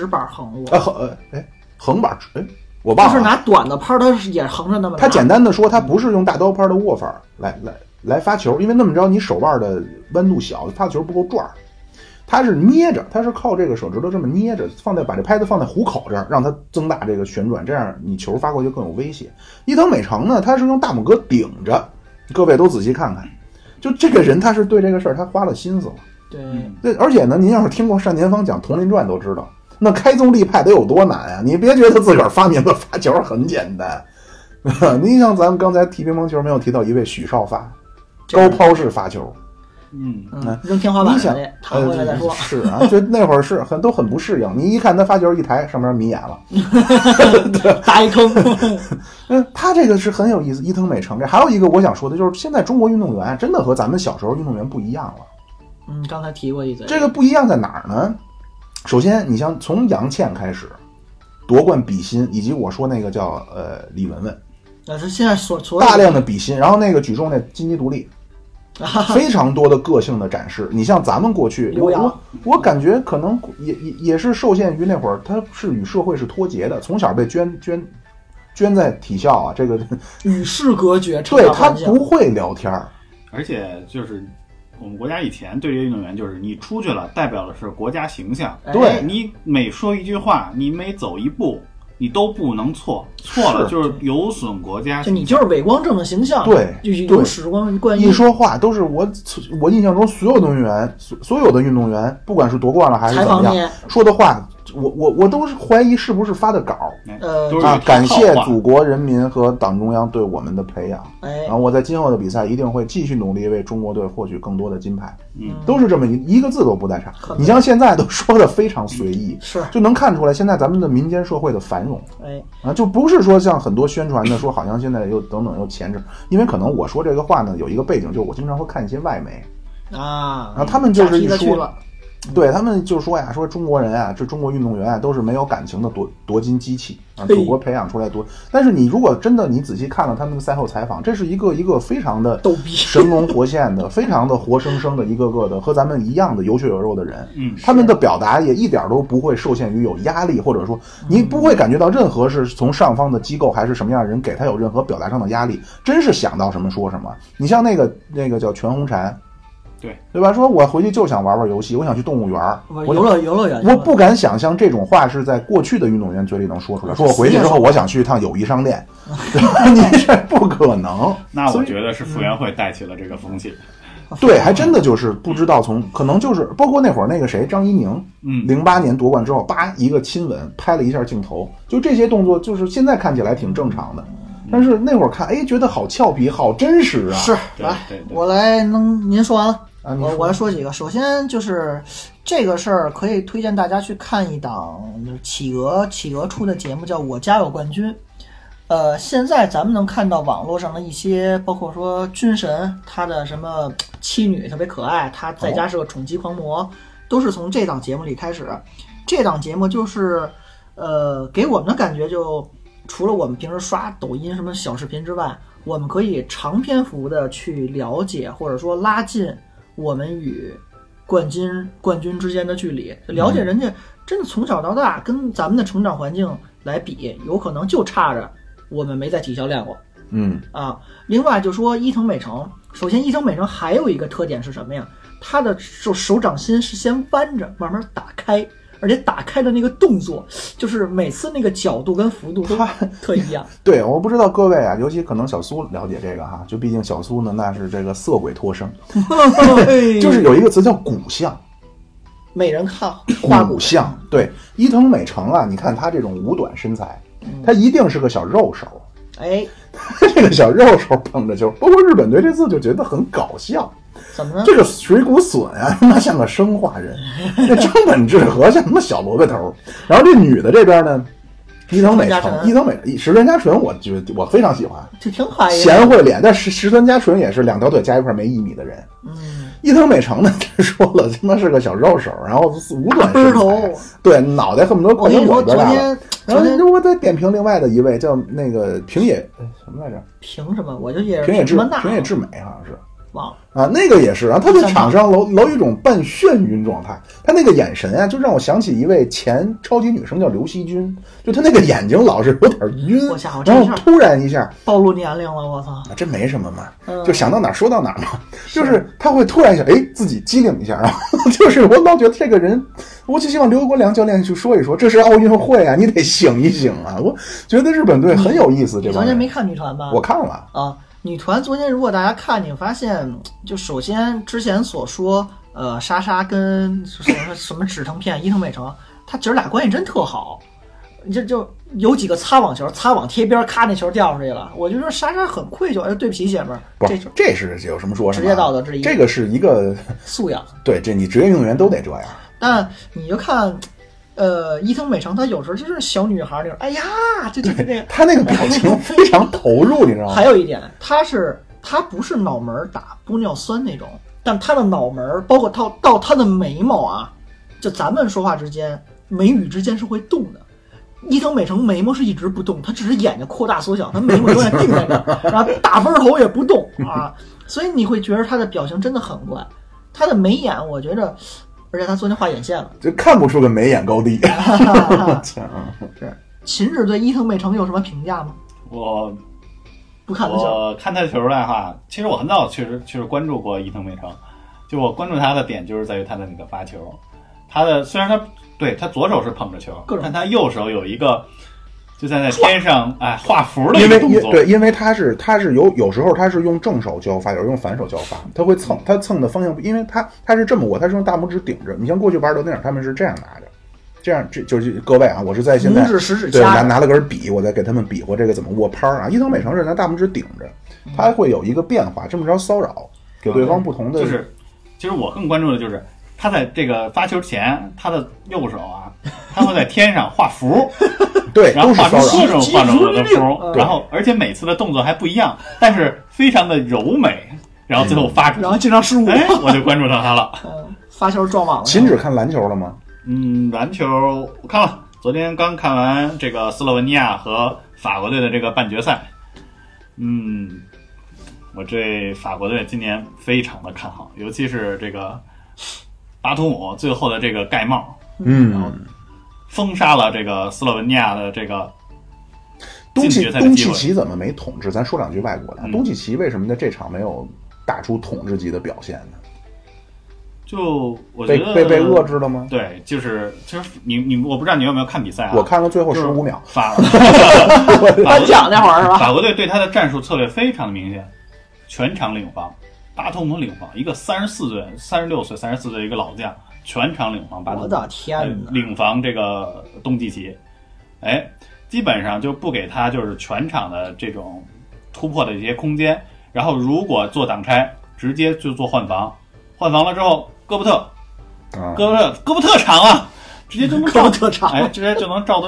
横板我忘了， 就是拿短的拍，它也横着那么。 他简单的说，他不是用大刀拍的握法来发球，因为那么着你手腕的弯度小，发球不够转。他是捏着，他是靠这个手指头这么捏着，把这拍子放在虎口这儿，让它增大这个旋转，这样你球发过去更有威胁。伊藤美诚呢，他是用大拇哥顶着，各位都仔细看看，就这个人他是对这个事儿他花了心思了。对，而且呢，您要是听过单田芳讲《佟林传》都知道。那开宗立派得有多难啊！你别觉得自个儿发明的发球很简单，你像咱们刚才提乒乓球没有提到一位许绍发，高抛式发球， 扔天花板上去，弹回来再说。 是啊，就那会儿都很不适应。你一看他发球一抬，上面迷眼了， 打一坑。 他这个是很有意思。伊藤美诚这还有一个我想说的就是，现在中国运动员真的和咱们小时候运动员不一样了。 刚才提过一嘴。 这个不一样在哪儿呢？首先，你像从杨倩开始夺冠比心，以及我说那个叫李雯雯， 是现在所大量的比心，然后那个举重那金鸡独立，非常多的个性的展示。你像咱们过去，我感觉可能也是受限于那会儿，他是与社会是脱节的，从小被捐在体校啊，这个与世隔绝， 对他不会聊天， 而且就是。我们国家以前对于运动员就是你出去了代表的是国家形象， 对， 你每说一句话，你每走一步，你都不能错了就是有损国家形象， 就你就是伪光正的形象， 对， 有史观观一说话都是我印象中所有的运动员，不管是夺冠了还是怎么样，说的话。我都是怀疑是不是发的稿，感谢祖国人民和党中央对我们的培养，然后我在今后的比赛一定会继续努力为中国队获取更多的金牌，都是这么一个字都不带差。你像现在都说的非常随意， 是就能看出来现在咱们的民间社会的繁荣，就不是说像很多宣传的说好像现在又等等又前置，因为可能我说这个话呢有一个背景，就是我经常会看一些外媒然后他们就是一说。对他们就说呀，说中国人啊，这中国运动员啊，都是没有感情的夺金机器啊，祖国培养出来多。但是你如果真的你仔细看了他们的赛后采访，这是一个非常的神龙活现的，非常的活生生的一个个的和咱们一样的有血有肉的人。他们的表达也一点都不会受限于有压力，或者说你不会感觉到任何是从上方的机构还是什么样的人给他有任何表达上的压力，真是想到什么说什么。你像那个叫全红婵。对吧？说我回去就想玩游戏，我想去动物园， 游乐园。 我不敢想象这种话是在过去的运动员嘴里能说出来。说我回去之后，我想去一趟友谊商店，你这不可能。 那我觉得是傅园慧带起了这个风气。 对，还真的就是不知道可能就是包括那会儿那个谁张怡宁，08年夺冠之后，一个亲吻拍了一下镜头，就这些动作，就是现在看起来挺正常的。但是那会儿看，觉得好俏皮，好真实啊！ 是，来，我来您说完了。我来说几个。首先就是这个事儿，可以推荐大家去看一档企鹅出的节目，叫《我家有冠军》。 现在咱们能看到网络上的一些，包括说军神，他的什么妻女特别可爱，他在家是个宠妻狂魔，都是从这档节目里开始。这档节目就是给我们的感觉就除了我们平时刷抖音什么小视频之外，我们可以长篇幅的去了解或者说拉近我们与冠军之间的距离，了解人家真的从小到大跟咱们的成长环境来比，有可能就差着我们没在体校练过。另外就说伊藤美诚，首先伊藤美诚还有一个特点是什么呀？他的手掌心是先弯着慢慢打开，而且打开的那个动作，就是每次那个角度跟幅度都特一样。 对，我不知道各位啊，尤其可能小苏了解这个哈，就毕竟小苏呢那是这个色鬼脱生，就是有一个词叫骨相。 美人看画骨相，对，伊藤美诚啊，你看他这种五短身材，他一定是个小肉手。这个小肉手捧着球，包括日本队这次就觉得很搞笑。 怎么呢？ 这个水谷隼啊，他妈像个生化人；这张本智和像他妈小萝卜头。然后这女的这边呢，伊藤美诚，石川佳纯，我觉得我非常喜欢， 就挺可爱的， 贤惠脸。但石川佳纯也是两条腿加一块没1米的人。伊藤美诚呢，他说了，他妈是个小肉手，然后五短身材，对，脑袋恨不得快跟我一边大了。然后我再点评另外的一位，叫那个平野什么来着？ 凭什么？我就也平野智美好像是。 忘了啊，那个也是，然后他在场上楼一种半眩晕状态，他那个眼神啊，就让我想起一位前超级女生叫刘惜君，就他那个眼睛老是有点晕，然后突然一下暴露年龄了，我操！ 真没什么嘛，就想到哪儿说到哪儿嘛，就是他会突然一下，哎，自己机灵一下，然后就是我老觉得这个人，我就希望刘国梁教练去说一说，这是奥运会啊，你得醒一醒啊！我觉得日本队很有意思，这帮人。 你昨天没看女团吧？ 我看了啊。女团昨天如果大家看，你发现就首先之前所说，莎莎跟什么止疼片伊藤美诚，他姐儿俩关系真特好，就有几个擦网球，擦网贴边，咔那球掉出去了，我就说莎莎很愧疚，哎，对不起姐们儿， 这是有什么说什么， 职业道德之一， 这个是一个素养， 对，这你职业运动员都得这样。 但你就看。伊藤美诚她有时候就是小女孩那种，哎呀，这个她那个表情非常投入，你知道吗？ 还有一点，她不是脑门打玻尿酸那种，但她的脑门包括到她的眉毛啊，就咱们说话之间眉宇之间是会动的。伊藤美诚眉毛是一直不动，她只是眼睛扩大缩小，她眉毛永远定在那儿，然后大分头也不动啊，所以你会觉得她的表情真的很怪。她的眉眼，我觉着。而且他昨天画眼线了， 就看不出个眉眼高低。 是秦止对伊藤美诚有什么评价吗？ 我不看我看他的球的话，其实我很早确实关注过伊藤美诚，就我关注他的点就是在于他的那个发球，他的虽然他左手是捧着球，但他右手有一个。就在天上画符的一个动作， 因为他是有时候他是用正手交发，有时候用反手交发，他会蹭，他蹭的方向，因为他是这么他是用大拇指顶着。你像过去玩德那样，他们是这样拿着，这样就是各位啊，我是在现在拇指食指对拿了根笔，我在给他们比划这个怎么握拍啊。伊藤美诚是拿大拇指顶着，他会有一个变化，这么着骚扰，给对方不同的。 就是其实我更关注的就是他在这个发球前，他的右手啊，他会在天上画符。 对， 然后画出各种画种的符，然后而且每次的动作还不一样，但是非常的柔美，然后最后发出， 然后经常失误， 我就关注到他了。 发球撞网了。 秦止看篮球了吗？ 篮球我看了，昨天刚看完这个斯洛文尼亚和法国队的这个半决赛。我这法国队今年非常的看好，尤其是这个巴图姆最后的这个盖帽，然后封杀了这个斯洛文尼亚的这个东契奇怎么没统治？咱说两句外国的，东契奇为什么在这场没有打出统治级的表现呢？ 就我觉得被遏制了吗？ 对，就是你，我不知道你有没有看比赛啊？ 我看了最后15秒。 颁奖那会儿是吧？ 法国队对他的战术策略非常的明显，全场领防，巴图姆领防，一个36岁、34岁的一个老将。全场领防， 我的天哪！ 领防这个东契奇，基本上就不给他就是全场的这种突破的一些空间。然后如果做挡拆，直接就做换防，换防了之后，戈伯特长啊，直接就能罩，直接就能罩得住。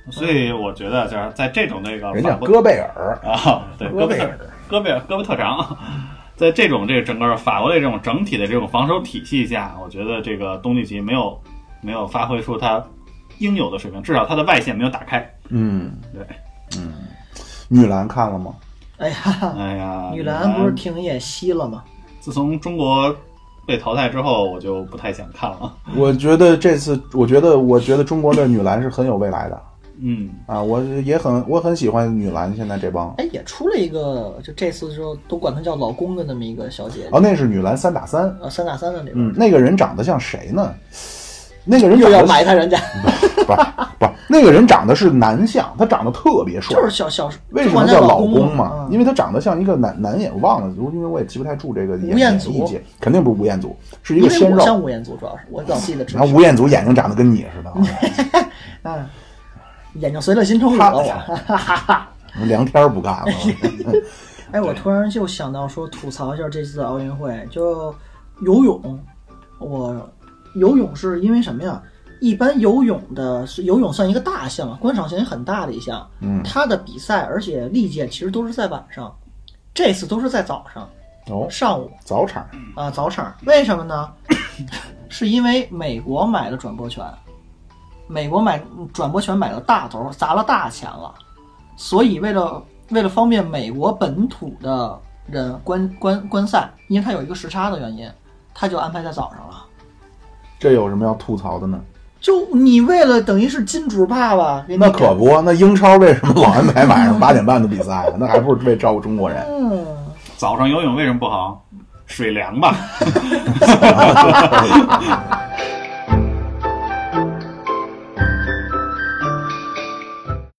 所以我觉得就是在这种这个人家戈贝尔啊，对，戈贝特长，在这种整个法国的这种整体的这种防守体系下，我觉得这个东契奇没有发挥出他应有的水平，至少他的外线没有打开。对， 女篮看了吗？ 哎呀， 女篮不是挺也稀了吗？ 自从中国被淘汰之后，我就不太想看了。 我觉得这次，我觉得中国的女篮是很有未来的。我很喜欢女篮现在这帮。 也出了一个，就这次就都管她叫老公的那么一个小姐姐。 那是女篮3打3。 3打3的那个。 那个人长得像谁呢？那个人又要埋汰人家。 不，那个人长得是男相，他长得特别帅。 就是小， 为什么叫老公嘛？因为他长得像一个男演，我忘了，因为我也记不太住这个吴彦祖， 肯定不是吴彦祖，是一个鲜肉。 像吴彦祖，主要是我老记得。 然后吴彦祖眼睛长得跟你似的。 眼睛随了心抽惹我。 梁天不干了。 我突然就想到说，吐槽一下这次奥运会，就游泳，游泳是因为什么呀？一般游泳算一个大项，观赏性也很大的一项。它的比赛而且历届其实都是在晚上，这次都是在早上。上午早场啊，早场。为什么呢？是因为美国买了转播权，美国买转播权买了大头，砸了大钱了，所以为了方便美国本土的人观赛，因为它有一个时差的原因，它就安排在早上了。 这有什么要吐槽的呢？ 就你为了等于是金主爸爸， 那可不，那英超为什么老安排晚上8点半的比赛那还不是为照顾中国人？ 早上游泳为什么不好？水凉吧。